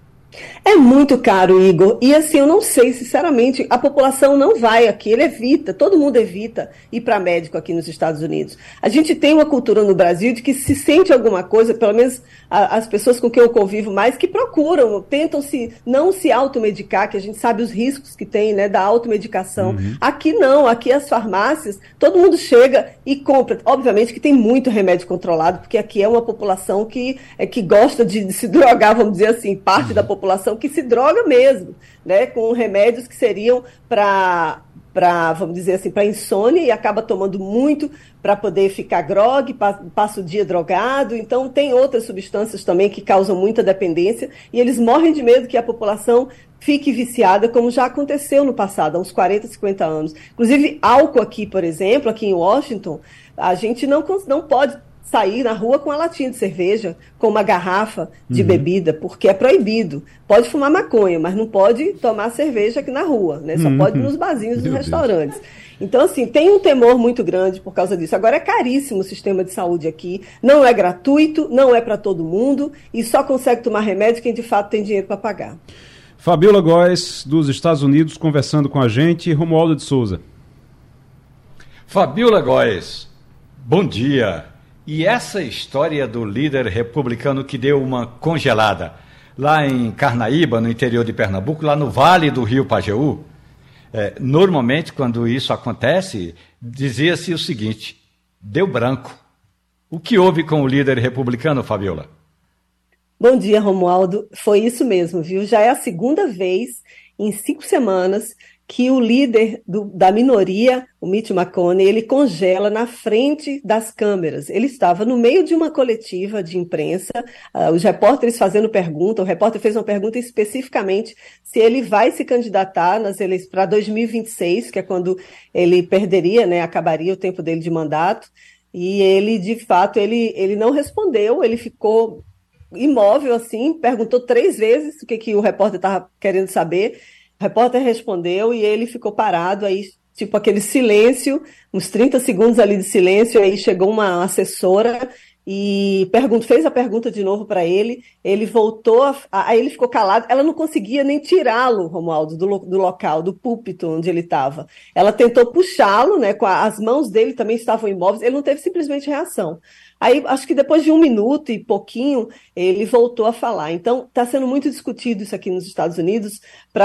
É muito caro, Igor. E assim, eu não sei, sinceramente, a população não vai aqui, ele evita, todo mundo evita ir para médico aqui nos Estados Unidos. A gente tem uma cultura no Brasil de que se sente alguma coisa, pelo menos as pessoas com quem eu convivo mais, que procuram, tentam não se automedicar, que a gente sabe os riscos que tem, né, da automedicação. Uhum. Aqui não, aqui as farmácias, todo mundo chega e compra. Obviamente que tem muito remédio controlado, porque aqui é uma população que gosta de se drogar, vamos dizer assim, parte da população que se droga mesmo, né, com remédios que seriam para, vamos dizer assim, para insônia e acaba tomando muito para poder ficar grogue, passa o dia drogado. Então tem outras substâncias também que causam muita dependência e eles morrem de medo que a população fique viciada, como já aconteceu no passado, há uns 40, 50 anos. Inclusive, álcool aqui, por exemplo, aqui em Washington, a gente não pode sair na rua com uma latinha de cerveja, com uma garrafa de bebida, porque é proibido. Pode fumar maconha, mas não pode tomar cerveja aqui na rua, né? Só pode ir nos barzinhos dos restaurantes. Então, assim, tem um temor muito grande por causa disso. Agora, é caríssimo o sistema de saúde aqui, não é gratuito, não é para todo mundo, e só consegue tomar remédio quem de fato tem dinheiro para pagar. Fabiola Góes, dos Estados Unidos, conversando com a gente. Romualdo de Souza. Fabiola Góes, bom dia. E essa história do líder republicano que deu uma congelada lá em Carnaíba, no interior de Pernambuco, lá no Vale do Rio Pajeú, normalmente, quando isso acontece, dizia-se o seguinte: deu branco. O que houve com o líder republicano, Fabiola? Bom dia, Romualdo. Foi isso mesmo, viu? Já é a segunda vez em 5 semanas que o líder da minoria, o Mitch McConnell, ele congela na frente das câmeras. Ele estava no meio de uma coletiva de imprensa, os repórteres fazendo pergunta, o repórter fez uma pergunta especificamente se ele vai se candidatar nas eleições para 2026, que é quando ele perderia, né, acabaria o tempo dele de mandato, e ele, de fato, ele não respondeu, ele ficou imóvel, assim, perguntou 3 vezes o que o repórter estava querendo saber. O repórter respondeu e ele ficou parado, aí, tipo, aquele silêncio, uns 30 segundos ali de silêncio, aí chegou uma assessora e fez a pergunta de novo para ele, ele voltou, aí ele ficou calado, ela não conseguia nem tirá-lo, Romualdo, do local, do púlpito onde ele estava. Ela tentou puxá-lo, né, as mãos dele também estavam imóveis, ele não teve simplesmente reação. Aí, acho que depois de 1 minuto e pouquinho, ele voltou a falar. Então, está sendo muito discutido isso aqui nos Estados Unidos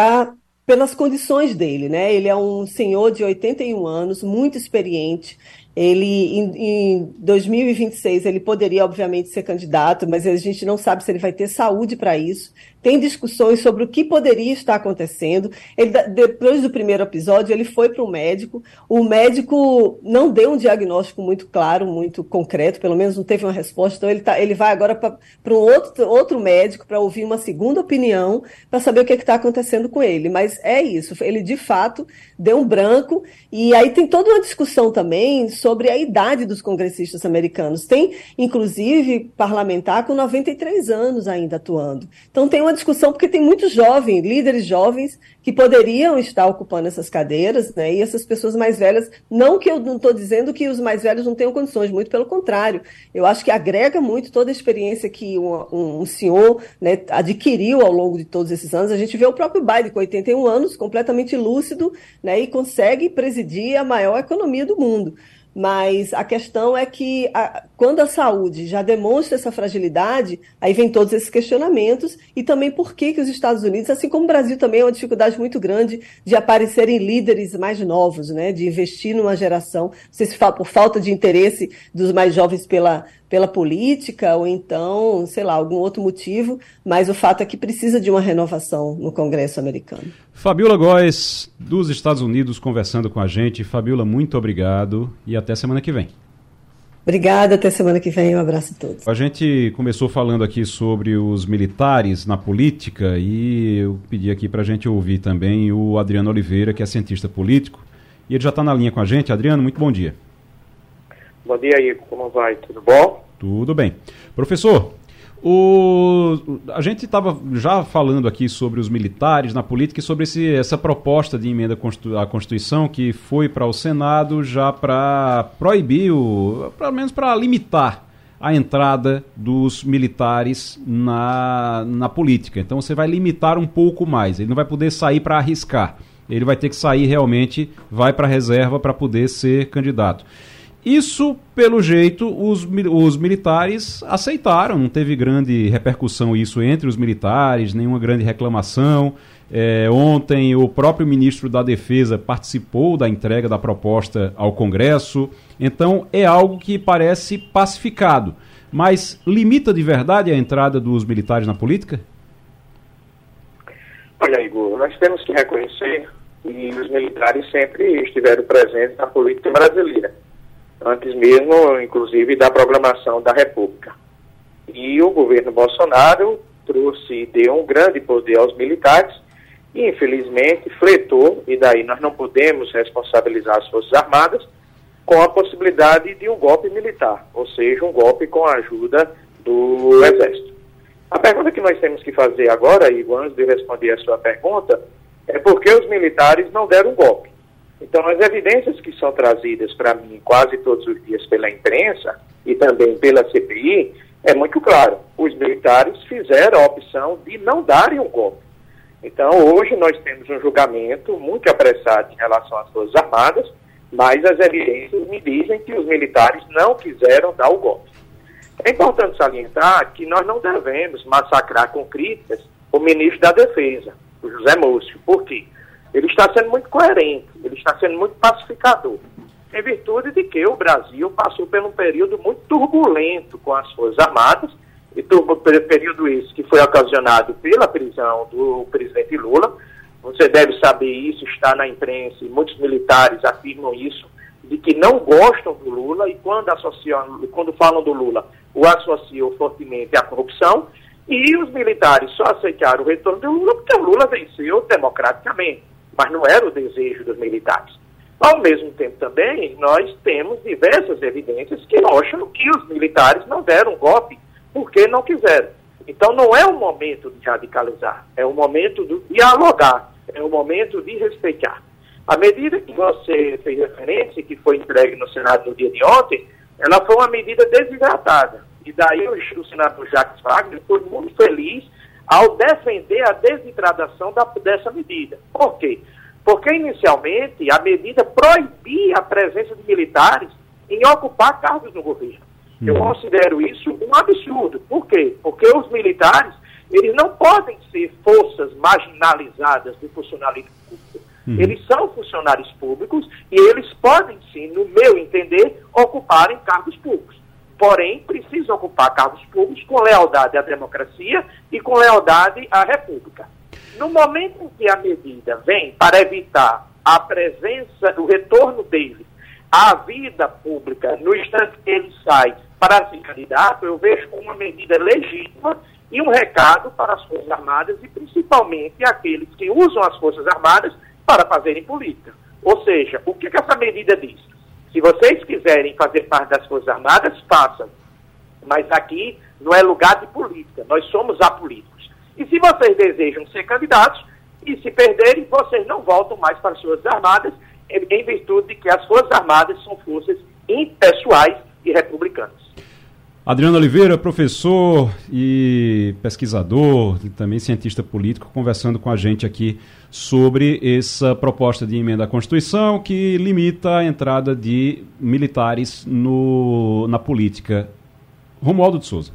pelas condições dele, né? Ele é um senhor de 81 anos, muito experiente. Ele, em 2026, ele poderia, obviamente, ser candidato, mas a gente não sabe se ele vai ter saúde para isso. Tem discussões sobre o que poderia estar acontecendo. Depois do primeiro episódio, ele foi para um médico. O médico não deu um diagnóstico muito claro, muito concreto, pelo menos não teve uma resposta. Então, ele vai agora para um outro médico para ouvir uma segunda opinião, para saber o que está acontecendo com ele. Mas é isso, ele de fato deu um branco. E aí tem toda uma discussão também sobre a idade dos congressistas americanos. Tem, inclusive, parlamentar com 93 anos ainda atuando. Então tem uma discussão, porque tem muitos jovens, líderes jovens, que poderiam estar ocupando essas cadeiras, né? E essas pessoas mais velhas, não que eu não estou dizendo que os mais velhos não tenham condições, muito pelo contrário. Eu acho que agrega muito toda a experiência que um senhor, né, adquiriu ao longo de todos esses anos. A gente vê o próprio Biden, com 81 anos, completamente lúcido, né, e consegue presidir a maior economia do mundo. Mas a questão é que quando a saúde já demonstra essa fragilidade, aí vem todos esses questionamentos, e também por que os Estados Unidos, assim como o Brasil também, é uma dificuldade muito grande de aparecerem líderes mais novos, né, de investir numa geração, não sei se por falta de interesse dos mais jovens pela política, ou então, sei lá, algum outro motivo, mas o fato é que precisa de uma renovação no Congresso americano. Fabiola Góes, dos Estados Unidos, conversando com a gente. Fabiola, muito obrigado e até semana que vem. Obrigada, até semana que vem, um abraço a todos. A gente começou falando aqui sobre os militares na política e eu pedi aqui para a gente ouvir também o Adriano Oliveira, que é cientista político, e ele já está na linha com a gente. Adriano, muito bom dia. Bom dia, Igor. Como vai? Tudo bom? Tudo bem. Professor, a gente estava já falando aqui sobre os militares na política e sobre essa proposta de emenda à Constituição que foi para o Senado já para proibir, pelo menos para limitar a entrada dos militares na política. Então você vai limitar um pouco mais, ele não vai poder sair para arriscar, ele vai ter que sair realmente, vai para a reserva para poder ser candidato. Isso, pelo jeito, os militares aceitaram, não teve grande repercussão isso entre os militares, nenhuma grande reclamação. Ontem o próprio ministro da Defesa participou da entrega da proposta ao Congresso, então é algo que parece pacificado. Mas limita de verdade a entrada dos militares na política? Olha, Igor, nós temos que reconhecer que os militares sempre estiveram presentes na política brasileira, antes mesmo, inclusive, da programação da República. E o governo Bolsonaro deu um grande poder aos militares e, infelizmente, fletou, e daí nós não podemos responsabilizar as Forças Armadas, com a possibilidade de um golpe militar, ou seja, um golpe com a ajuda do Exército. A pergunta que nós temos que fazer agora, Igor, antes de responder a sua pergunta, é por que os militares não deram um golpe. Então, as evidências que são trazidas para mim quase todos os dias pela imprensa e também pela CPI, é muito claro. Os militares fizeram a opção de não darem um golpe. Então, hoje nós temos um julgamento muito apressado em relação às Forças Armadas, mas as evidências me dizem que os militares não quiseram dar o golpe. É importante salientar que nós não devemos massacrar com críticas o ministro da Defesa, o José Múcio. Por quê? Ele está sendo muito coerente, ele está sendo muito pacificador, em virtude de que o Brasil passou por um período muito turbulento com as Forças Armadas, e período esse que foi ocasionado pela prisão do presidente Lula. Você deve saber isso, está na imprensa, e muitos militares afirmam isso, de que não gostam do Lula, e quando falam do Lula, o associam fortemente à corrupção, e os militares só aceitaram o retorno do Lula porque o Lula venceu democraticamente. Mas não era o desejo dos militares. Ao mesmo tempo também, nós temos diversas evidências que mostram que os militares não deram golpe porque não quiseram. Então não é o momento de radicalizar, é o momento de dialogar, é o momento de respeitar. A medida que você fez referência, que foi entregue no Senado no dia de ontem, ela foi uma medida desidratada. E daí o senador Jacques Wagner foi muito feliz ao defender a desidratação dessa medida. Por quê? Porque, inicialmente, a medida proibia a presença de militares em ocupar cargos no governo. Eu considero isso um absurdo. Por quê? Porque os militares, eles não podem ser forças marginalizadas do funcionalismo público. Eles são funcionários públicos e eles podem, sim, no meu entender, ocuparem cargos públicos. Porém, precisam ocupar cargos públicos com lealdade à democracia e com lealdade à República. No momento em que a medida vem para evitar a presença, o retorno deles à vida pública, no instante que ele sai para ser candidato, eu vejo como uma medida legítima e um recado para as Forças Armadas e principalmente aqueles que usam as Forças Armadas para fazerem política. Ou seja, o que essa medida diz? Se vocês quiserem fazer parte das Forças Armadas, façam. Mas aqui não é lugar de política, nós somos apolíticos. E se vocês desejam ser candidatos, e se perderem, vocês não voltam mais para as Forças Armadas, em virtude de que as Forças Armadas são forças impessoais e republicanas. Adriano Oliveira, professor e pesquisador, e também cientista político, conversando com a gente aqui sobre essa proposta de emenda à Constituição que limita a entrada de militares na política. Romualdo de Souza.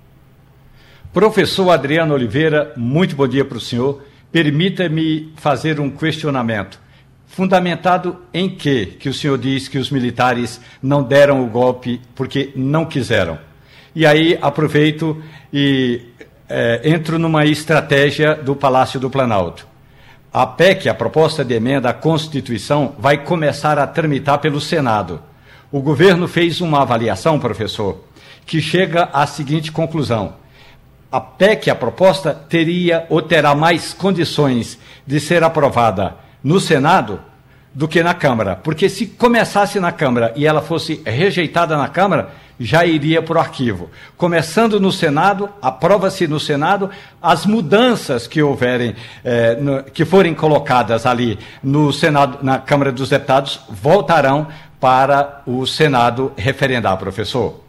Professor Adriano Oliveira, muito bom dia para o senhor. Permita-me fazer um questionamento. Fundamentado em que o senhor diz que os militares não deram o golpe porque não quiseram? E aí aproveito e entro numa estratégia do Palácio do Planalto. A PEC, a proposta de emenda à Constituição, vai começar a tramitar pelo Senado. O governo fez uma avaliação, professor, que chega à seguinte conclusão. A PEC, a proposta, teria ou terá mais condições de ser aprovada no Senado do que na Câmara. Porque se começasse na Câmara e ela fosse rejeitada na Câmara, já iria para o arquivo. Começando no Senado, aprova-se no Senado, as mudanças que houverem, que forem colocadas ali no Senado, na Câmara dos Deputados, voltarão para o Senado referendar, professor.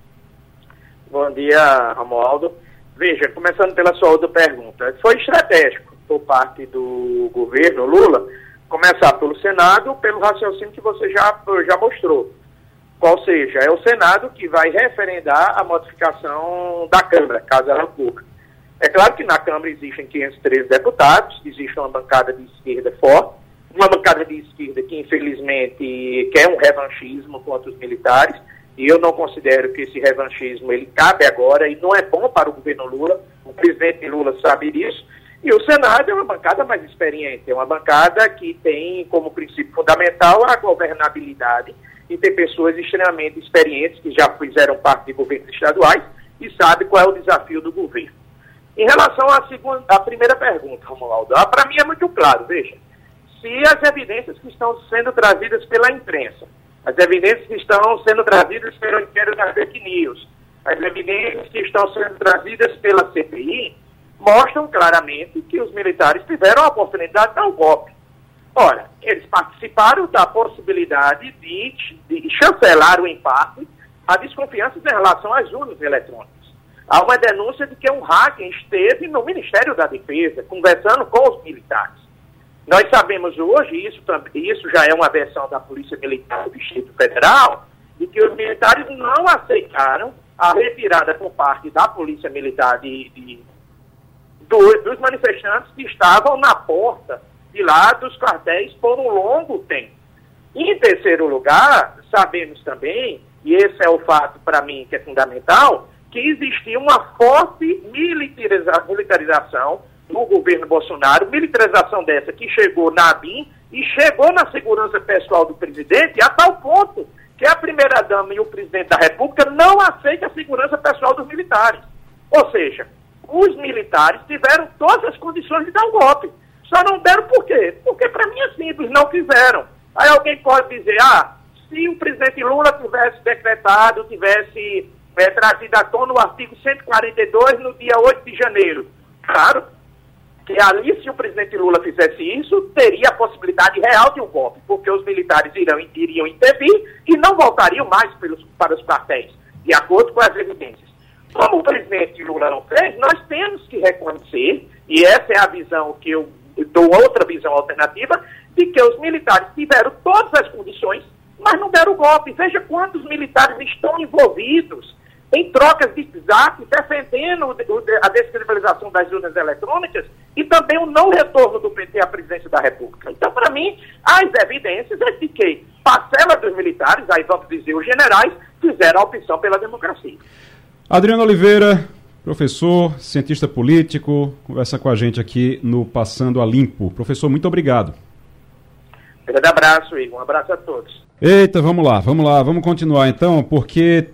Bom dia, Romualdo. Veja, começando pela sua outra pergunta, foi estratégico por parte do governo Lula começar pelo Senado, pelo raciocínio que você já mostrou. Qual seja, é o Senado que vai referendar a modificação da Câmara, caso ela ocorra. É claro que na Câmara existem 513 deputados, existe uma bancada de esquerda forte, uma bancada de esquerda que infelizmente quer um revanchismo contra os militares, e eu não considero que esse revanchismo ele cabe agora e não é bom para o governo Lula, o presidente Lula sabe disso, e o Senado é uma bancada mais experiente, é uma bancada que tem como princípio fundamental a governabilidade e tem pessoas extremamente experientes que já fizeram parte de governos estaduais e sabem qual é o desafio do governo. Em relação à primeira pergunta, Romualdo, para mim é muito claro, veja, se as evidências que estão sendo trazidas pela imprensa, as evidências que estão sendo trazidas pelo inquérito da fake news, as evidências que estão sendo trazidas pela CPI, mostram claramente que os militares tiveram a oportunidade de dar o golpe. Ora, eles participaram da possibilidade de chancelar o empate, a desconfiança em relação às urnas eletrônicas. Há uma denúncia de que um hacker esteve no Ministério da Defesa, conversando com os militares. Nós sabemos hoje, isso já é uma versão da Polícia Militar do Distrito Federal, de que os militares não aceitaram a retirada por parte da Polícia Militar dos manifestantes que estavam na porta de lá dos quartéis por um longo tempo. Em terceiro lugar, sabemos também, e esse é o fato para mim que é fundamental, que existia uma forte militarização no governo Bolsonaro, militarização dessa que chegou na ABIN e chegou na segurança pessoal do presidente a tal ponto que a primeira-dama e o presidente da República não aceitam a segurança pessoal dos militares. Ou seja, os militares tiveram todas as condições de dar o golpe. Só não deram por quê? Porque para mim é simples, não quiseram. Aí alguém pode dizer, se o presidente Lula tivesse decretado, tivesse trazido à tona o artigo 142 no dia 8 de janeiro. Claro que ali, se o presidente Lula fizesse isso, teria a possibilidade real de um golpe, porque os militares iriam intervir e não voltariam mais para os quartéis, de acordo com as evidências. Como o presidente Lula não fez, nós temos que reconhecer, e essa é a visão que eu dou, outra visão alternativa, de que os militares tiveram todas as condições, mas não deram o golpe. Veja quantos militares estão envolvidos em trocas de zap, defendendo a descriminalização das urnas eletrônicas e também o não retorno do PT à presidência da República. Então, para mim, as evidências é de que parcela dos militares, aí vamos dizer os generais, fizeram a opção pela democracia. Adriano Oliveira, professor, cientista político, conversa com a gente aqui no Passando a Limpo. Professor, muito obrigado. Grande abraço, Igor. Um abraço a todos. Eita, vamos continuar então, porque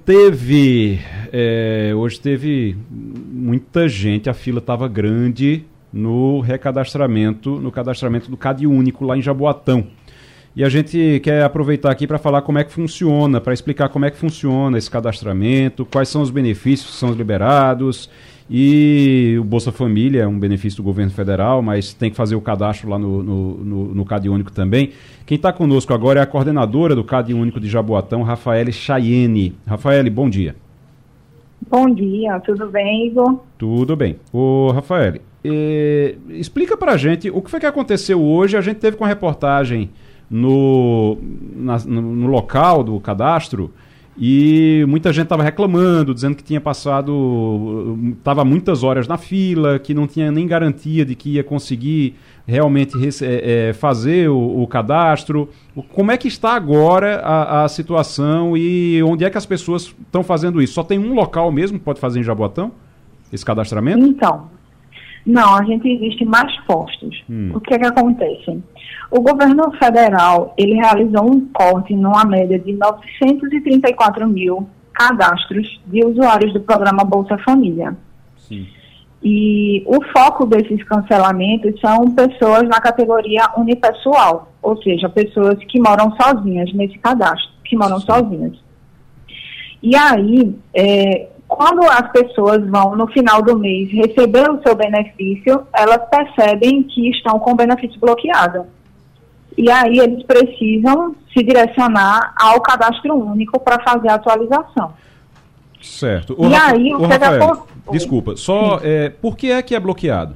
hoje teve muita gente, a fila estava grande no cadastramento do CadÚnico lá em Jaboatão. E a gente quer aproveitar aqui para falar como é que funciona, para explicar como é que funciona esse cadastramento, quais são os benefícios que são liberados. E o Bolsa Família é um benefício do governo federal, mas tem que fazer o cadastro lá no CadÚnico também. Quem está conosco agora é a coordenadora do CadÚnico de Jaboatão, Rafaele Chayenne. Rafaele, bom dia. Bom dia, tudo bem, Igor? Tudo bem. Ô, Rafaele, explica pra gente o que foi que aconteceu hoje. A gente teve com a reportagem no local do cadastro e muita gente estava reclamando, dizendo que tinha estava muitas horas na fila, que não tinha nem garantia de que ia conseguir realmente fazer o cadastro. Como é que está agora a situação e onde é que as pessoas estão fazendo isso? Só tem um local mesmo que pode fazer em Jaboatão, esse cadastramento? Então, não, a gente existe mais postos. O que é que acontece? O governo federal, ele realizou um corte numa média de 934 mil cadastros de usuários do programa Bolsa Família. Sim. E o foco desses cancelamentos são pessoas na categoria unipessoal, ou seja, pessoas que moram sozinhas nesse cadastro, que moram sozinhas. E aí, quando as pessoas vão, no final do mês, receber o seu benefício, elas percebem que estão com o benefício bloqueado. E aí eles precisam se direcionar ao cadastro único para fazer a atualização. Certo. Aí, o Rafael, desculpa, por que é bloqueado?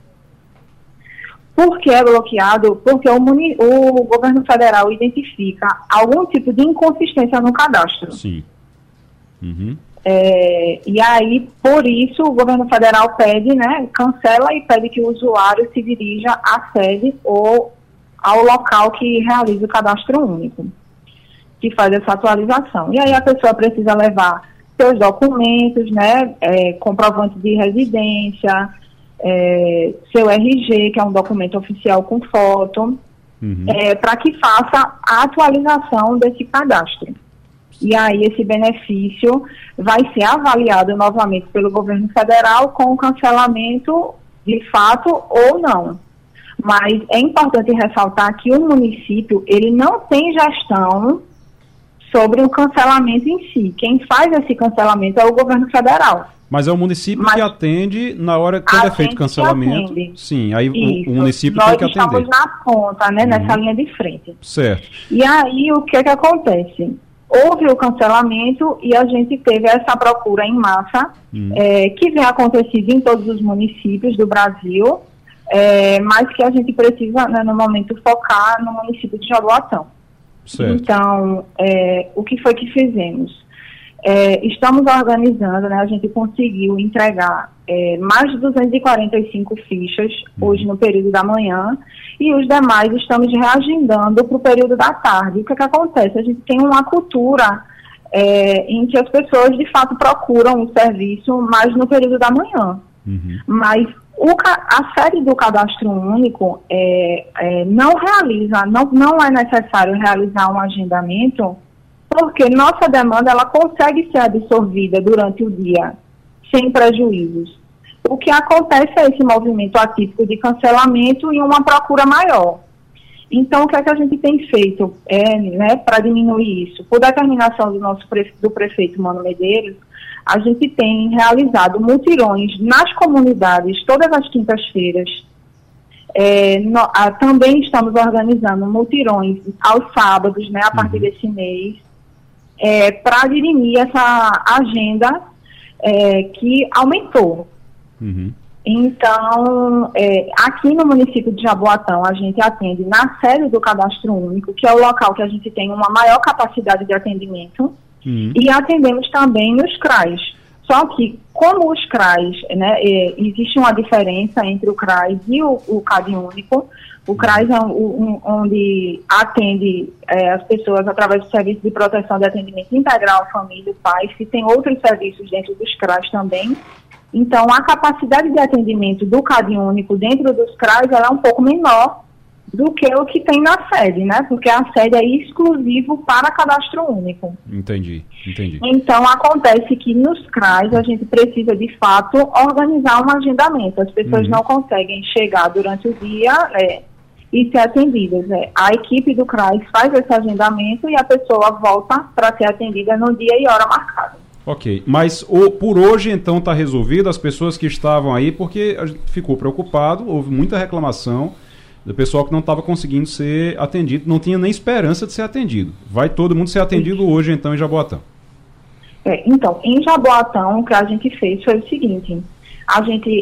Por que é bloqueado? Porque o governo federal identifica algum tipo de inconsistência no cadastro. Sim. Uhum. E aí, por isso, o governo federal pede, cancela e pede que o usuário se dirija à sede ou ao local que realiza o cadastro único, que faz essa atualização. E aí a pessoa precisa levar seus documentos, comprovante de residência, seu RG, que é um documento oficial com foto, para que faça a atualização desse cadastro. E aí esse benefício vai ser avaliado novamente pelo governo federal com o cancelamento de fato ou não. Mas é importante ressaltar que o município, ele não tem gestão sobre o cancelamento em si. Quem faz esse cancelamento é o governo federal. Mas é o município que atende na hora que é feito o cancelamento. Sim, aí o município tem que atender. Nós estamos na ponta, nessa linha de frente. Certo. E aí o que acontece? Houve o cancelamento e a gente teve essa procura em massa, que vem acontecendo em todos os municípios do Brasil, mas que a gente precisa, no momento, focar no município de Jaboatão. Certo. Então, o que foi que fizemos? Estamos organizando, a gente conseguiu entregar mais de 245 fichas hoje no período da manhã e os demais estamos reagendando para o período da tarde. O que acontece? A gente tem uma cultura em que as pessoas de fato procuram o serviço mais no período da manhã. Mas a sede do cadastro único não é necessário realizar um agendamento, porque nossa demanda ela consegue ser absorvida durante o dia, sem prejuízos. O que acontece é esse movimento atípico de cancelamento e uma procura maior. Então, o que é que a gente tem feito para diminuir isso? Por determinação do prefeito Mano Medeiros, a gente tem realizado mutirões nas comunidades todas as quintas-feiras. Também estamos organizando mutirões aos sábados, a partir desse mês, para dirimir essa agenda que aumentou. Então, aqui no município de Jaboatão, a gente atende na sede do Cadastro Único, que é o local que a gente tem uma maior capacidade de atendimento, e atendemos também nos CRAs. Só que, como os CRAs, existe uma diferença entre o CRAs e o CadÚnico. O CRAs é onde atende as pessoas através do Serviço de Proteção de Atendimento Integral, Família e Pais, e tem outros serviços dentro dos CRAs também. Então, a capacidade de atendimento do CadÚnico dentro dos CRAs ela é um pouco menor do que o que tem na sede, porque a sede é exclusivo para cadastro único. Entendi. Então, acontece que nos CRAs a gente precisa, de fato, organizar um agendamento. As pessoas não conseguem chegar durante o dia, e ser atendidas. A equipe do CRAS faz esse agendamento e a pessoa volta para ser atendida no dia e hora marcada. Ok, mas por hoje então está resolvido, as pessoas que estavam aí, porque a gente ficou preocupado, houve muita reclamação do pessoal que não estava conseguindo ser atendido, não tinha nem esperança de ser atendido. Vai todo mundo ser atendido hoje então em Jaboatão? Então, em Jaboatão, o que a gente fez foi o seguinte: a gente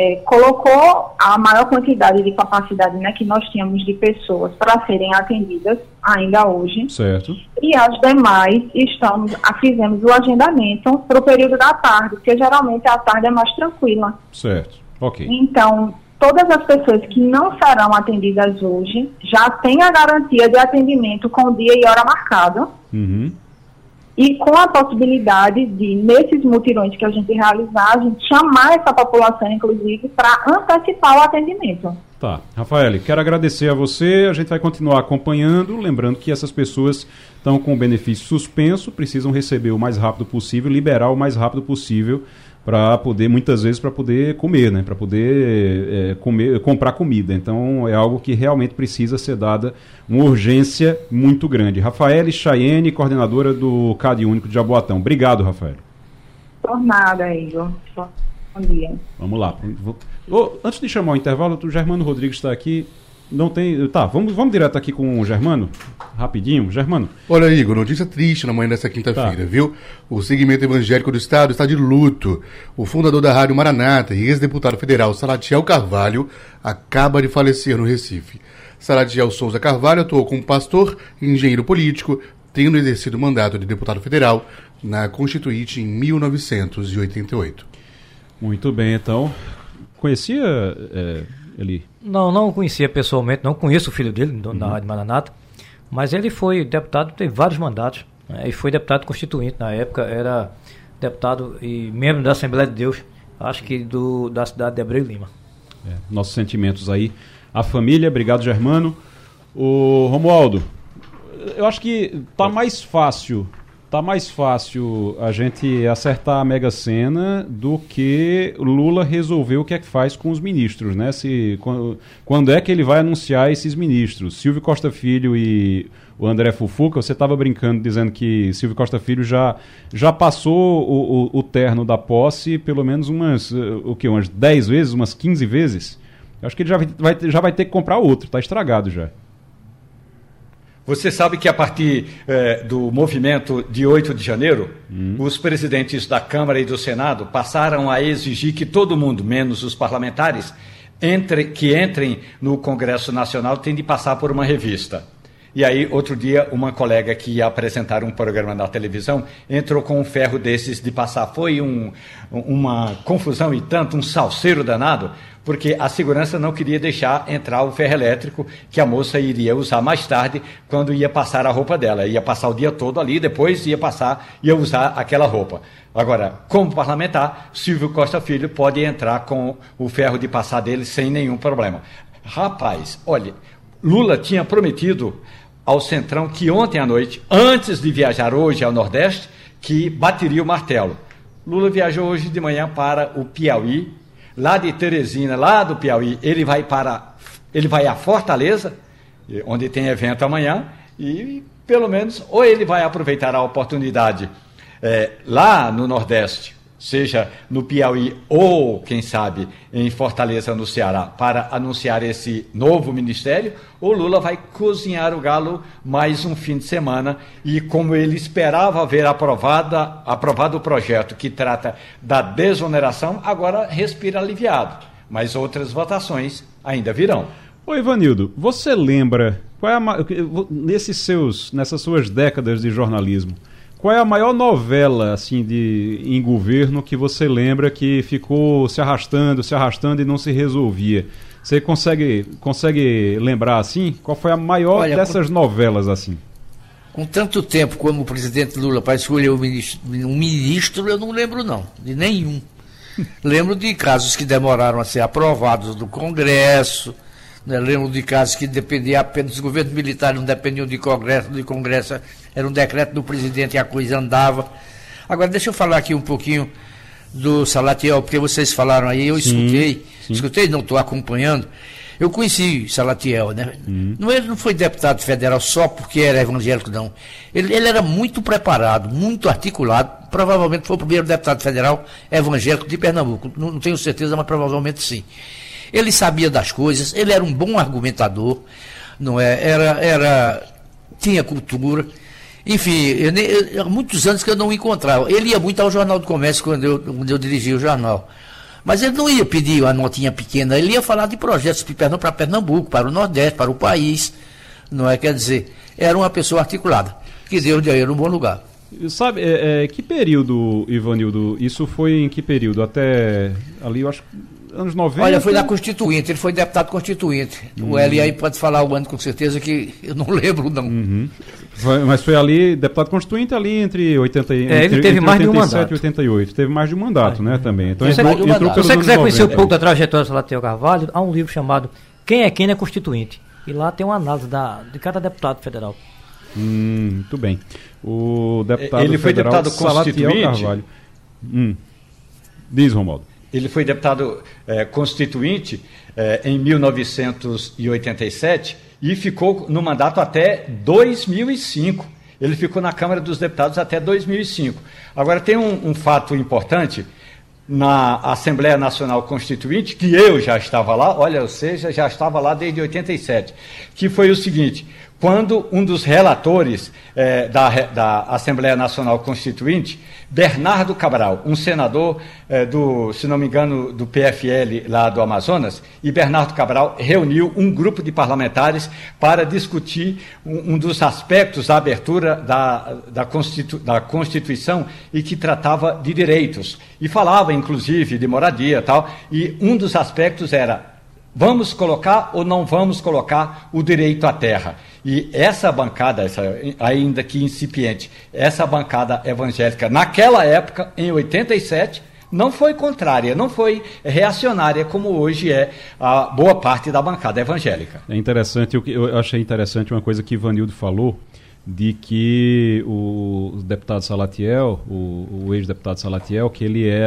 colocou a maior quantidade de capacidade, né, que nós tínhamos de pessoas para serem atendidas ainda hoje. Certo. E as demais fizemos o agendamento para o período da tarde, porque geralmente a tarde é mais tranquila. Certo, ok. Então, todas as pessoas que não serão atendidas hoje já têm a garantia de atendimento com dia e hora marcado. Uhum. E com a possibilidade de, nesses mutirões que a gente realizar, a gente chamar essa população, inclusive, para antecipar o atendimento. Tá. Rafael, quero agradecer a você, a gente vai continuar acompanhando, lembrando que essas pessoas estão com o benefício suspenso, precisam receber o mais rápido possível, liberar o mais rápido possível, para poder, muitas vezes, para poder comer, né? Para poder comprar comida. Então, é algo que realmente precisa ser dada uma urgência muito grande. Rafael Chayenne, coordenadora do CAD Único de Jaboatão. Obrigado, Rafael. Por nada, Igor. Bom dia. Vamos lá. Antes de chamar o intervalo, o Germano Rodrigues está aqui. Não tem... Tá, vamos direto aqui com o Germano? Rapidinho. Germano. Olha, Igor, notícia triste na manhã dessa quinta-feira, viu? O segmento evangélico do Estado está de luto. O fundador da Rádio Maranata e ex-deputado federal Salatiel Carvalho acaba de falecer no Recife. Salatiel Souza Carvalho atuou como pastor e engenheiro político, tendo exercido o mandato de deputado federal na Constituinte em 1988. Muito bem, então. Conhecia ele? Não conhecia pessoalmente, não conheço o filho dele, da Rádio Maranata, mas ele foi deputado, teve vários mandatos, né, e foi deputado constituinte na época, era deputado e membro da Assembleia de Deus, acho que da cidade de Abreu Lima. Nossos sentimentos aí à família, obrigado, Germano. O Romualdo, eu acho que tá mais fácil a gente acertar a Mega Sena do que Lula resolver o que é que faz com os ministros, né? Quando é que ele vai anunciar esses ministros? Silvio Costa Filho e o André Fufuca, você estava brincando dizendo que Silvio Costa Filho já passou o terno da posse pelo menos umas 10 vezes, umas 15 vezes. Eu acho que ele já vai ter que comprar outro, está estragado já. Você sabe que a partir do movimento de 8 de janeiro, os presidentes da Câmara e do Senado passaram a exigir que todo mundo, menos os parlamentares, que entrem no Congresso Nacional, tem de passar por uma revista. E aí, outro dia, uma colega que ia apresentar um programa na televisão entrou com um ferro desses de passar. Foi uma confusão e tanto, um salseiro danado, porque a segurança não queria deixar entrar o ferro elétrico que a moça iria usar mais tarde, quando ia passar a roupa dela. Ia passar o dia todo ali, depois ia usar aquela roupa. Agora, como parlamentar, Silvio Costa Filho pode entrar com o ferro de passar dele sem nenhum problema. Rapaz, olha, Lula tinha prometido ao Centrão que ontem à noite, antes de viajar hoje ao Nordeste, que bateria o martelo. Lula viajou hoje de manhã para o Piauí, lá de Teresina, lá do Piauí, ele vai a Fortaleza, onde tem evento amanhã, e pelo menos, ou ele vai aproveitar a oportunidade lá no Nordeste, seja no Piauí ou, quem sabe, em Fortaleza, no Ceará, para anunciar esse novo ministério, ou Lula vai cozinhar o galo mais um fim de semana e, como ele esperava ver aprovado o projeto que trata da desoneração, agora respira aliviado. Mas outras votações ainda virão. Ô Ivanildo, você lembra, nessas suas décadas de jornalismo, qual é a maior novela assim, em governo que você lembra que ficou se arrastando e não se resolvia? Você consegue lembrar assim? Qual foi a maior dessas novelas assim? Com tanto tempo como o presidente Lula para escolher um ministro, eu não lembro não, de nenhum. Lembro de casos que demoraram a ser aprovados do Congresso, né? Lembro de casos que dependiam apenas dos governos militares, não dependiam de Congresso era um decreto do presidente e a coisa andava. Agora, deixa eu falar aqui um pouquinho do Salatiel, porque vocês falaram aí, eu escutei, não estou acompanhando. Eu conheci Salatiel, né? Ele não foi deputado federal só porque era evangélico, não. Ele era muito preparado, muito articulado. Provavelmente foi o primeiro deputado federal evangélico de Pernambuco. Não tenho certeza, mas provavelmente sim. Ele sabia das coisas, ele era um bom argumentador, não é? Tinha cultura. Enfim, há muitos anos que eu não o encontrava. Ele ia muito ao Jornal do Comércio quando eu dirigia o jornal. Mas ele não ia pedir uma notinha pequena, ele ia falar de projetos para Pernambuco, para o Nordeste, para o país. Não é? Quer dizer, era uma pessoa articulada, que deu de aí num bom lugar. Sabe, que período, Ivanildo? Isso foi em que período? Até ali, eu acho, anos 90? Olha, foi na Constituinte, ele foi deputado constituinte. O Eli aí pode falar o ano com certeza, que eu não lembro, não. Mas foi ali, deputado constituinte, ali entre 80 e ele teve mais de um 87 mandato. e 88. Teve mais de um mandato, né, também. Então Se você quiser conhecer um pouco da trajetória do Salatiel Carvalho, há um livro chamado Quem é Quem é Constituinte? E lá tem uma análise de cada deputado federal. Muito bem. O deputado ele foi federal deputado Salatiel constituinte. Carvalho. Diz, Romualdo. Ele foi deputado constituinte em 1987 e ficou no mandato até 2005. Ele ficou na Câmara dos Deputados até 2005. Agora, tem um fato importante na Assembleia Nacional Constituinte, que eu já estava lá, já estava lá desde 87, que foi o seguinte: quando um dos relatores da Assembleia Nacional Constituinte, Bernardo Cabral, um senador se não me engano, do PFL lá do Amazonas, e Bernardo Cabral reuniu um grupo de parlamentares para discutir um dos aspectos da abertura da Constituição e que tratava de direitos. E falava, inclusive, de moradia e tal, e um dos aspectos era: vamos colocar ou não vamos colocar o direito à terra? E essa bancada, ainda que incipiente, essa bancada evangélica, naquela época, em 87, não foi contrária, não foi reacionária, como hoje é a boa parte da bancada evangélica. É interessante, eu achei interessante uma coisa que Ivanildo falou, de que o deputado Salatiel, o ex-deputado Salatiel, que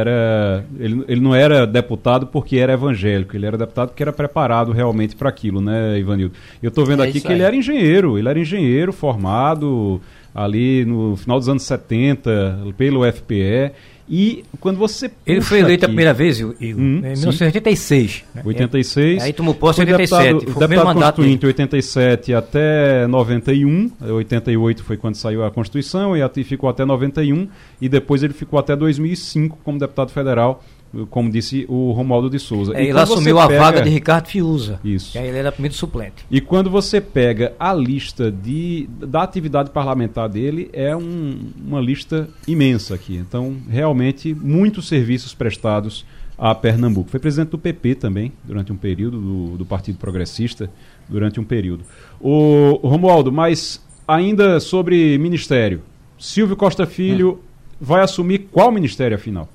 ele não era deputado porque era evangélico, ele era deputado porque era preparado realmente para aquilo, né, Ivanildo? Eu estou vendo aqui que ele era engenheiro formado ali no final dos anos 70 pelo FPE. E quando você ele foi eleito a primeira vez, em 1986. Né? 86. Aí tomou posse em 87. Foi o deputado constituinte 87 até 91. 88 foi quando saiu a Constituição, e ficou até 91. E depois ele ficou até 2005 como deputado federal, como disse o Romualdo de Souza. Ele assumiu a vaga de Ricardo Fiuza. Isso. Que aí ele era primeiro suplente. E quando você pega a lista da atividade parlamentar dele, é uma lista imensa aqui. Então, realmente, muitos serviços prestados a Pernambuco. Foi presidente do PP também, durante um período, do Partido Progressista, durante um período. O Romualdo, mas ainda sobre ministério. Silvio Costa Filho vai assumir qual ministério, afinal?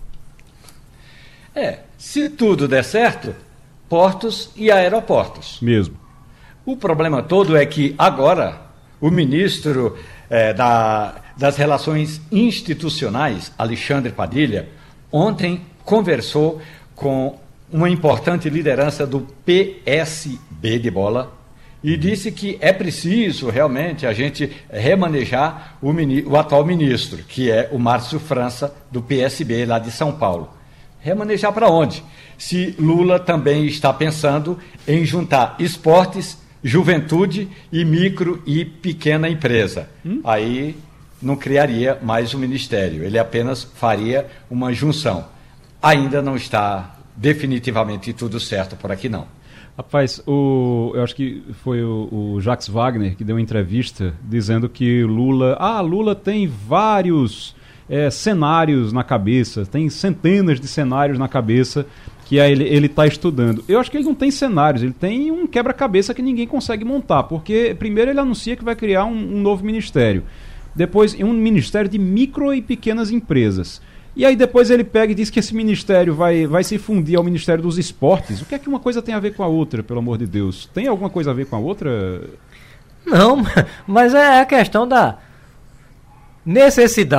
Se tudo der certo, portos e aeroportos. Mesmo. O problema todo é que agora o ministro das Relações Institucionais, Alexandre Padilha, ontem conversou com uma importante liderança do PSB de Bola e disse que é preciso realmente a gente remanejar o atual ministro, que é o Márcio França, do PSB lá de São Paulo. Remanejar para onde? Se Lula também está pensando em juntar esportes, juventude e micro e pequena empresa. Aí não criaria mais um ministério, ele apenas faria uma junção. Ainda não está definitivamente tudo certo por aqui, não. Rapaz, eu acho que foi o Jacques Wagner que deu uma entrevista dizendo que Lula tem vários cenários na cabeça, tem centenas de cenários na cabeça que ele está estudando. Eu acho que ele não tem cenários, ele tem um quebra-cabeça que ninguém consegue montar, porque primeiro ele anuncia que vai criar um novo ministério, depois um ministério de micro e pequenas empresas, e aí depois ele pega e diz que esse ministério vai se fundir ao Ministério dos Esportes. O que é que uma coisa tem a ver com a outra, pelo amor de Deus? Tem alguma coisa a ver com a outra? Não, mas é a questão da necessidade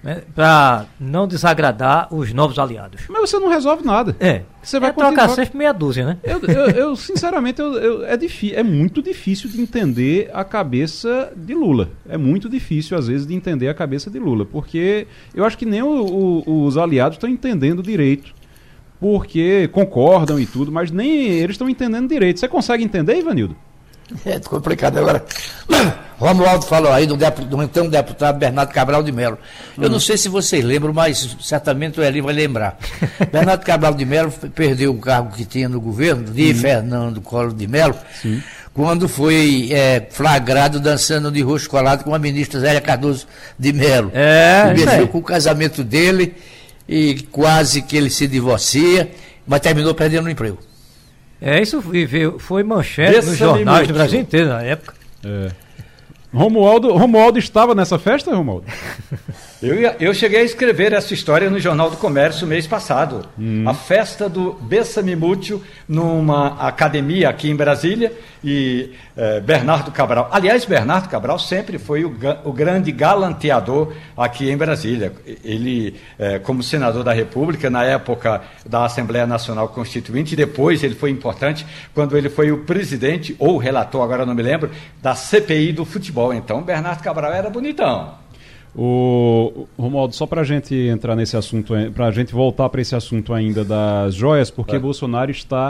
né, para não desagradar os novos aliados. Mas você não resolve nada. Você vai trocar sempre meia dúzia, né? Eu sinceramente, é muito difícil de entender a cabeça de Lula. É muito difícil, às vezes, de entender a cabeça de Lula, porque eu acho que nem os aliados estão entendendo direito, porque concordam e tudo, mas nem eles estão entendendo direito. Você consegue entender, Ivanildo? É complicado. Agora, Romualdo falou aí do então deputado Bernardo Cabral de Mello. Eu não sei se vocês lembram, mas certamente o Eli vai lembrar. Bernardo Cabral de Mello perdeu o cargo que tinha no governo de Fernando Collor de Mello, quando foi flagrado dançando de rosto colado com a ministra Zélia Cardoso de Mello. Mexeu com o casamento dele e quase que ele se divorcia, mas terminou perdendo o emprego. Isso foi manchete nos jornais do Brasil inteiro na época. Romualdo estava nessa festa, Romualdo? Eu cheguei a escrever essa história no Jornal do Comércio mês passado. A festa do Bessame Mútuo numa academia aqui em Brasília e Bernardo Cabral. Aliás, Bernardo Cabral sempre foi o grande galanteador aqui em Brasília. Ele, como senador da República, na época da Assembleia Nacional Constituinte, depois ele foi importante quando ele foi o presidente, ou relator, agora não me lembro, da CPI do futebol. Então, Bernardo Cabral era bonitão. Romualdo, só para a gente entrar nesse assunto, para a gente voltar para esse assunto ainda das joias, porque Bolsonaro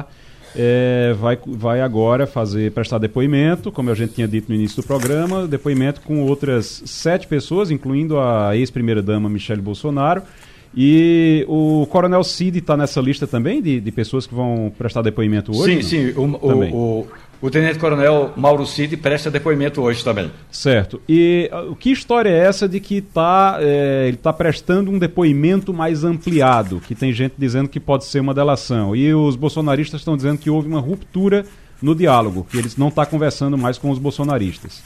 vai agora prestar depoimento, como a gente tinha dito no início do programa, depoimento com outras 7 pessoas, incluindo a ex-primeira-dama Michele Bolsonaro, e o Coronel Cid está nessa lista também de pessoas que vão prestar depoimento hoje? Sim, o Tenente-Coronel Mauro Cid presta depoimento hoje também. Certo. E que história é essa de que ele está prestando um depoimento mais ampliado, que tem gente dizendo que pode ser uma delação, e os bolsonaristas estão dizendo que houve uma ruptura no diálogo, que eles não estão conversando mais com os bolsonaristas?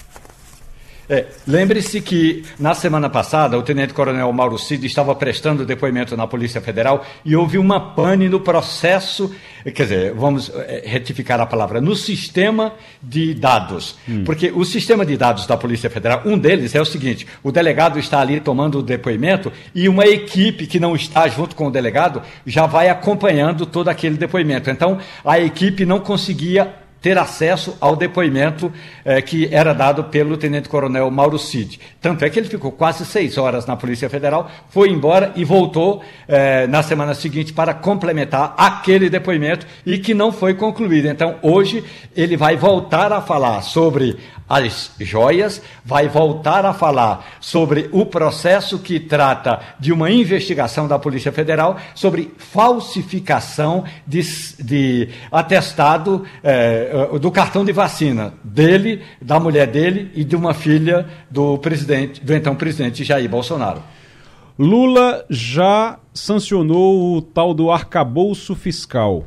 Lembre-se que na semana passada o Tenente-Coronel Mauro Cid estava prestando depoimento na Polícia Federal e houve uma pane no processo, quer dizer, vamos retificar a palavra, no sistema de dados. Porque o sistema de dados da Polícia Federal, um deles é o seguinte: o delegado está ali tomando o depoimento e uma equipe que não está junto com o delegado já vai acompanhando todo aquele depoimento. Então, a equipe não conseguia ter acesso ao depoimento que era dado pelo Tenente-Coronel Mauro Cid. Tanto é que ele ficou quase 6 horas na Polícia Federal, foi embora e voltou na semana seguinte para complementar aquele depoimento e que não foi concluído. Então, hoje, ele vai voltar a falar sobre as joias, vai voltar a falar sobre o processo que trata de uma investigação da Polícia Federal sobre falsificação de atestado do cartão de vacina dele, da mulher dele e de uma filha do então presidente Jair Bolsonaro. Lula já sancionou o tal do arcabouço fiscal.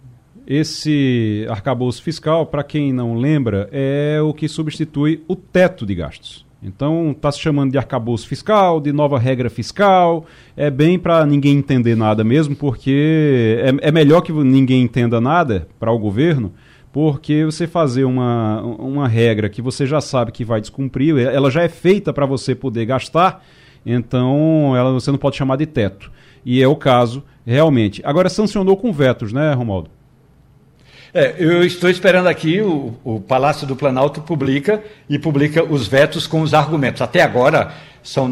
Esse arcabouço fiscal, para quem não lembra, é o que substitui o teto de gastos. Então está se chamando de arcabouço fiscal, de nova regra fiscal, é bem para ninguém entender nada mesmo, porque é melhor que ninguém entenda nada para o governo, porque você fazer uma regra que você já sabe que vai descumprir, ela já é feita para você poder gastar, então você não pode chamar de teto. E é o caso, realmente. Agora sancionou com vetos, né, Romualdo? Eu estou esperando aqui, o Palácio do Planalto publica os vetos com os argumentos. Até agora são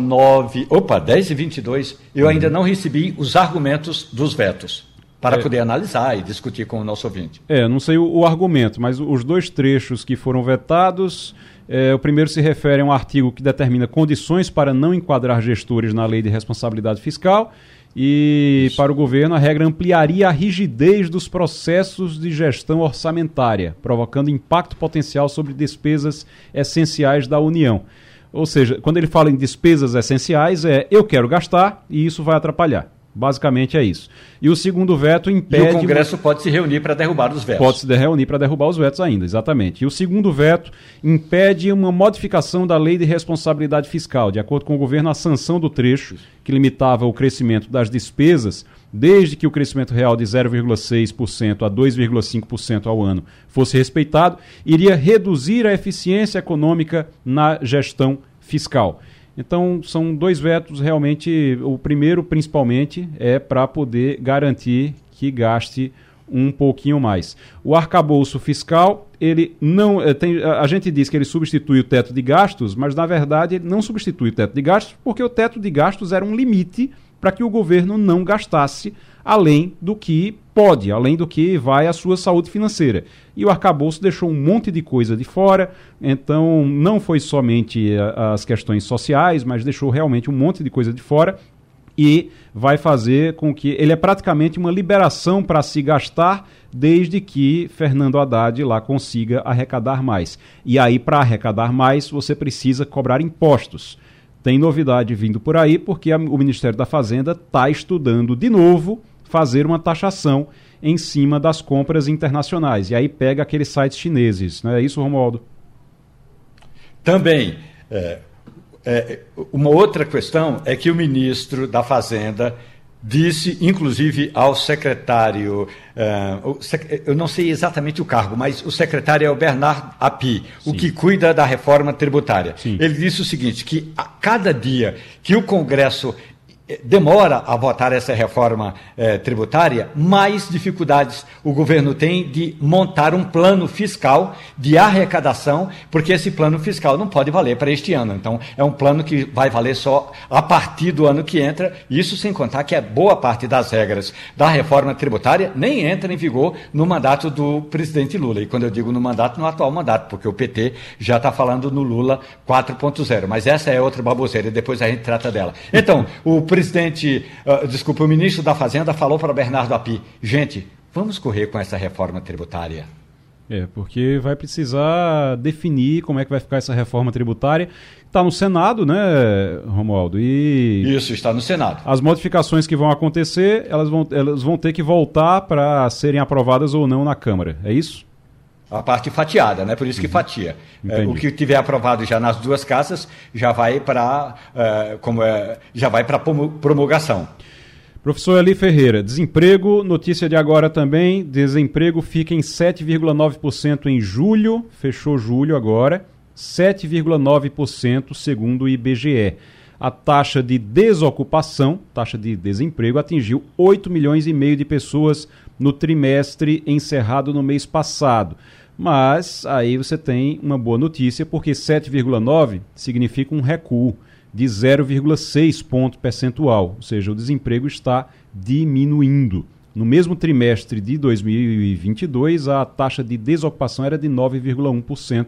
10h22, eu ainda não recebi os argumentos dos vetos para poder analisar e discutir com o nosso ouvinte. Não sei o argumento, mas os 2 trechos que foram vetados, o primeiro se refere a um artigo que determina condições para não enquadrar gestores na Lei de Responsabilidade Fiscal. E para o governo, a regra ampliaria a rigidez dos processos de gestão orçamentária, provocando impacto potencial sobre despesas essenciais da União. Ou seja, quando ele fala em despesas essenciais, eu quero gastar e isso vai atrapalhar. Basicamente é isso. E o segundo veto impede... E o Congresso pode se reunir para derrubar os vetos. Pode se reunir para derrubar os vetos ainda, exatamente. E o segundo veto impede uma modificação da Lei de Responsabilidade Fiscal. De acordo com o governo, a sanção do trecho que limitava o crescimento das despesas, desde que o crescimento real de 0,6% a 2,5% ao ano fosse respeitado, iria reduzir a eficiência econômica na gestão fiscal. Então, são 2 vetos realmente. O primeiro, principalmente, é para poder garantir que gaste um pouquinho mais. O arcabouço fiscal, ele não a gente diz que ele substitui o teto de gastos, mas na verdade ele não substitui o teto de gastos, porque o teto de gastos era um limite para que o governo não gastasse além do que pode, além do que vai à sua saúde financeira. E o arcabouço deixou um monte de coisa de fora, então não foi somente as questões sociais, mas deixou realmente um monte de coisa de fora, e vai fazer com que ele é praticamente uma liberação para se gastar, desde que Fernando Haddad lá consiga arrecadar mais. E aí, para arrecadar mais, você precisa cobrar impostos. Tem novidade vindo por aí, porque o Ministério da Fazenda está estudando de novo fazer uma taxação em cima das compras internacionais. E aí pega aqueles sites chineses. Não é isso, Romualdo? Também. Uma outra questão é que o ministro da Fazenda disse, inclusive, ao secretário, eu não sei exatamente o cargo, mas o secretário é o Bernard Api, o que cuida da reforma tributária. Sim. Ele disse o seguinte, que a cada dia que o Congresso demora a votar essa reforma tributária, mais dificuldades o governo tem de montar um plano fiscal de arrecadação, porque esse plano fiscal não pode valer para este ano. Então, é um plano que vai valer só a partir do ano que entra, isso sem contar que boa parte das regras da reforma tributária nem entra em vigor no mandato do presidente Lula. E quando eu digo no mandato, no atual mandato, porque o PT já está falando no Lula 4.0. Mas essa é outra baboseira, e depois a gente trata dela. Então, o ministro da Fazenda falou para Bernardo Api, gente, vamos correr com essa reforma tributária. Porque vai precisar definir como é que vai ficar essa reforma tributária. Está no Senado, né, Romualdo? Isso, está no Senado. As modificações que vão acontecer, elas vão ter que voltar para serem aprovadas ou não na Câmara, é isso? A parte fatiada, né? Por isso que fatia. O que tiver aprovado já nas 2 casas já vai para promulgação. Professor Eli Ferreira, desemprego, notícia de agora também, desemprego fica em 7,9% em julho, fechou julho agora, 7,9% segundo o IBGE. A taxa de desocupação, taxa de desemprego, atingiu 8 milhões e meio de pessoas no trimestre encerrado no mês passado. Mas aí você tem uma boa notícia, porque 7,9 significa um recuo de 0,6 ponto percentual, ou seja, o desemprego está diminuindo. No mesmo trimestre de 2022, a taxa de desocupação era de 9,1%,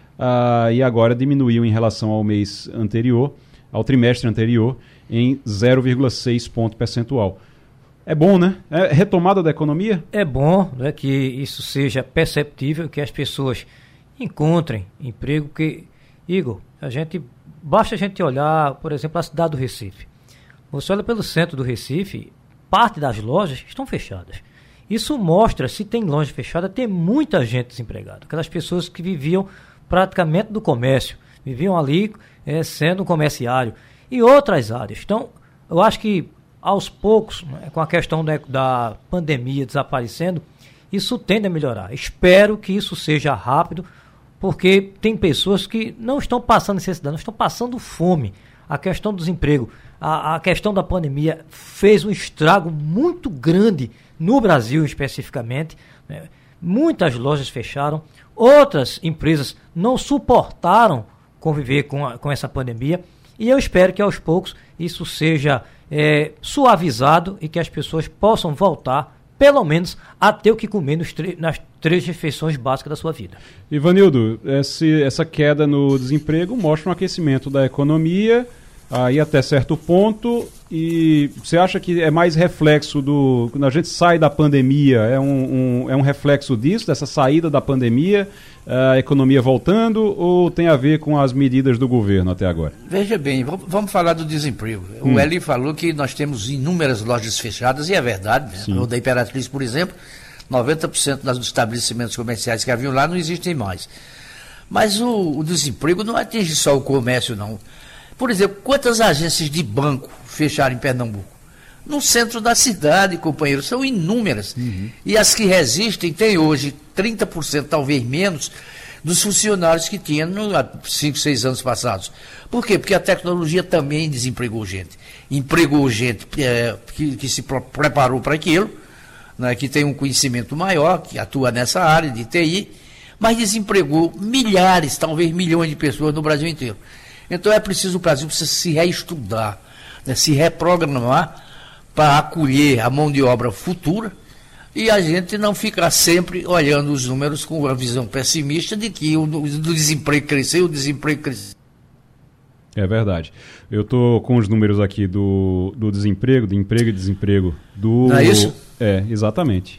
e agora diminuiu em relação ao mês anterior, ao trimestre anterior, em 0,6 ponto percentual. É bom, né? É retomada da economia? É bom, né, que isso seja perceptível, que as pessoas encontrem emprego, porque, Igor, basta a gente olhar, por exemplo, a cidade do Recife. Você olha pelo centro do Recife, parte das lojas estão fechadas. Isso mostra, se tem loja fechada, tem muita gente desempregada. Aquelas pessoas que viviam praticamente do comércio, viviam ali sendo comerciário, e outras áreas. Então, eu acho que aos poucos, com a questão da pandemia desaparecendo, isso tende a melhorar. Espero que isso seja rápido, porque tem pessoas que não estão passando necessidade, não estão passando fome. A questão do desemprego, a questão da pandemia fez um estrago muito grande no Brasil especificamente. Né? Muitas lojas fecharam, outras empresas não suportaram conviver com essa pandemia, e eu espero que aos poucos isso seja suavizado e que as pessoas possam voltar, pelo menos, a ter o que comer nas 3 refeições básicas da sua vida. Ivanildo, essa queda no desemprego mostra um aquecimento da economia, aí até certo ponto, e você acha que é mais reflexo quando a gente sai da pandemia, é um reflexo disso, dessa saída da pandemia, a economia voltando, ou tem a ver com as medidas do governo até agora? Veja bem, vamos falar do desemprego. O Eli falou que nós temos inúmeras lojas fechadas, e é verdade, né? O da Imperatriz, por exemplo, 90% dos estabelecimentos comerciais que haviam lá não existem mais. Mas o desemprego não atinge só o comércio, não. Por exemplo, quantas agências de banco fecharam em Pernambuco? No centro da cidade, companheiro, são inúmeras. E as que resistem têm hoje 30%, talvez menos, dos funcionários que tinha há 5, 6 anos passados. Por quê? Porque a tecnologia também desempregou gente. Empregou gente que se preparou para aquilo, né, que tem um conhecimento maior, que atua nessa área de TI, mas desempregou milhares, talvez milhões de pessoas no Brasil inteiro. Então o Brasil precisa se reestudar, né, se reprogramar para acolher a mão de obra futura e a gente não ficar sempre olhando os números com uma visão pessimista de que o desemprego cresceu, o desemprego cresceu. É verdade. Eu estou com os números aqui do desemprego, de emprego e desemprego. Não é isso? Exatamente,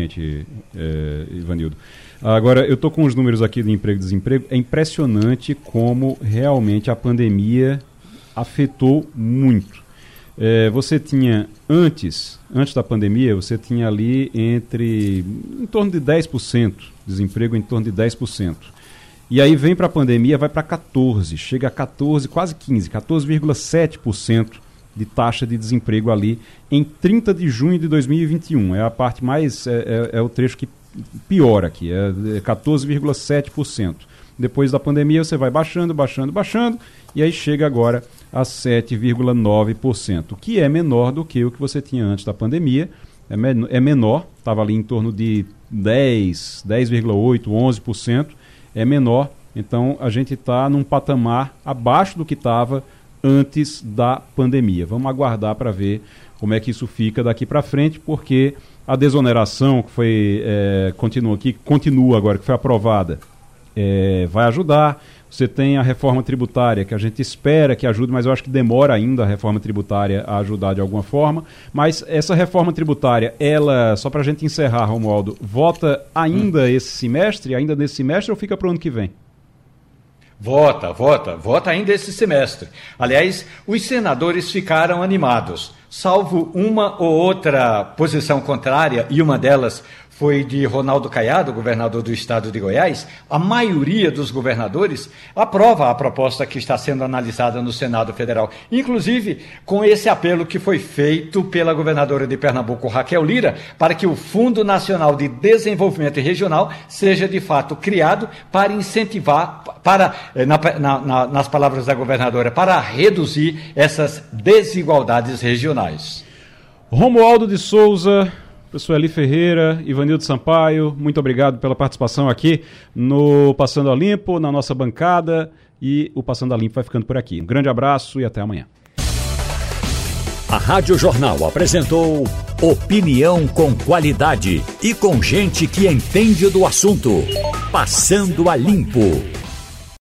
Ivanildo. Agora, eu estou com os números aqui do emprego e desemprego. É impressionante como realmente a pandemia afetou muito. Você tinha, antes da pandemia, você tinha ali em torno de 10%, desemprego em torno de 10%. E aí vem para a pandemia, vai para 14%, chega a 14%, quase 15%, 14,7% de taxa de desemprego ali em 30 de junho de 2021. É a parte mais, é o trecho que piora aqui, é 14,7%. Depois da pandemia você vai baixando, e aí chega agora a 7,9%, que é menor do que o que você tinha antes da pandemia, é menor, estava ali em torno de 10,8%, 11%, é menor, então a gente está num patamar abaixo do que estava antes da pandemia. Vamos aguardar para ver como é que isso fica daqui para frente, porque a desoneração que foi, continua agora, que foi aprovada, vai ajudar. Você tem a reforma tributária, que a gente espera que ajude, mas eu acho que demora ainda a reforma tributária a ajudar de alguma forma. Mas essa reforma tributária, ela, só para a gente encerrar, Romualdo, vota ainda nesse semestre ou fica para o ano que vem? Vota ainda esse semestre. Aliás, os senadores ficaram animados, salvo uma ou outra posição contrária, e uma delas foi de Ronaldo Caiado, governador do estado de Goiás. A maioria dos governadores aprova a proposta que está sendo analisada no Senado Federal, inclusive com esse apelo que foi feito pela governadora de Pernambuco, Raquel Lira, para que o Fundo Nacional de Desenvolvimento Regional seja de fato criado para incentivar, nas palavras da governadora, para reduzir essas desigualdades regionais. Romualdo de Souza, professor Eli Ferreira, Ivanildo Sampaio, muito obrigado pela participação aqui no Passando a Limpo, na nossa bancada, e o Passando a Limpo vai ficando por aqui. Um grande abraço e até amanhã. A Rádio Jornal apresentou opinião com qualidade e com gente que entende do assunto. Passando a Limpo.